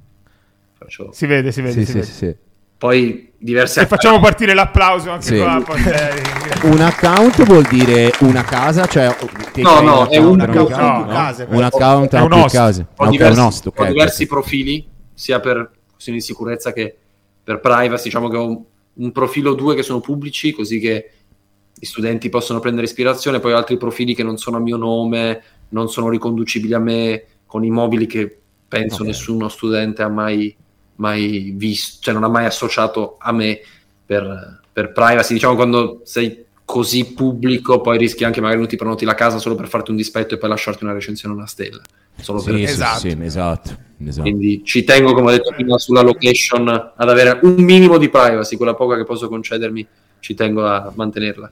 Si vede. Sì. Poi diverse facciamo partire l'applauso anche qua. Un account vuol dire una casa, cioè no, è un account un account a più case. Ho diversi profili, sia per questioni di sicurezza che per privacy. Diciamo che ho un profilo 2 che sono pubblici, così che gli studenti possono prendere ispirazione, poi altri profili che non sono a mio nome, non sono riconducibili a me, con immobili che penso nessuno studente ha mai visto, cioè non ha mai associato a me per privacy. Diciamo, quando sei così pubblico poi rischi anche, magari non ti prenoti la casa solo per farti un dispetto e poi lasciarti una recensione una stella solo per esatto. Quindi ci tengo, come ho detto prima, sulla location ad avere un minimo di privacy, quella poca che posso concedermi ci tengo a mantenerla.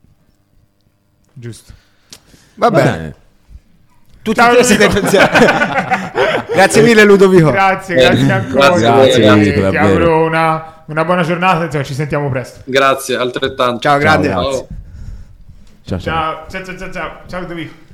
Giusto. Va bene. Tutti e tre siete pensieri. Grazie mille Ludovico. Grazie ancora. Grazie. Ti auguro una buona giornata, ci sentiamo presto. Grazie, altrettanto. Ciao, grande. Ciao Ludovico.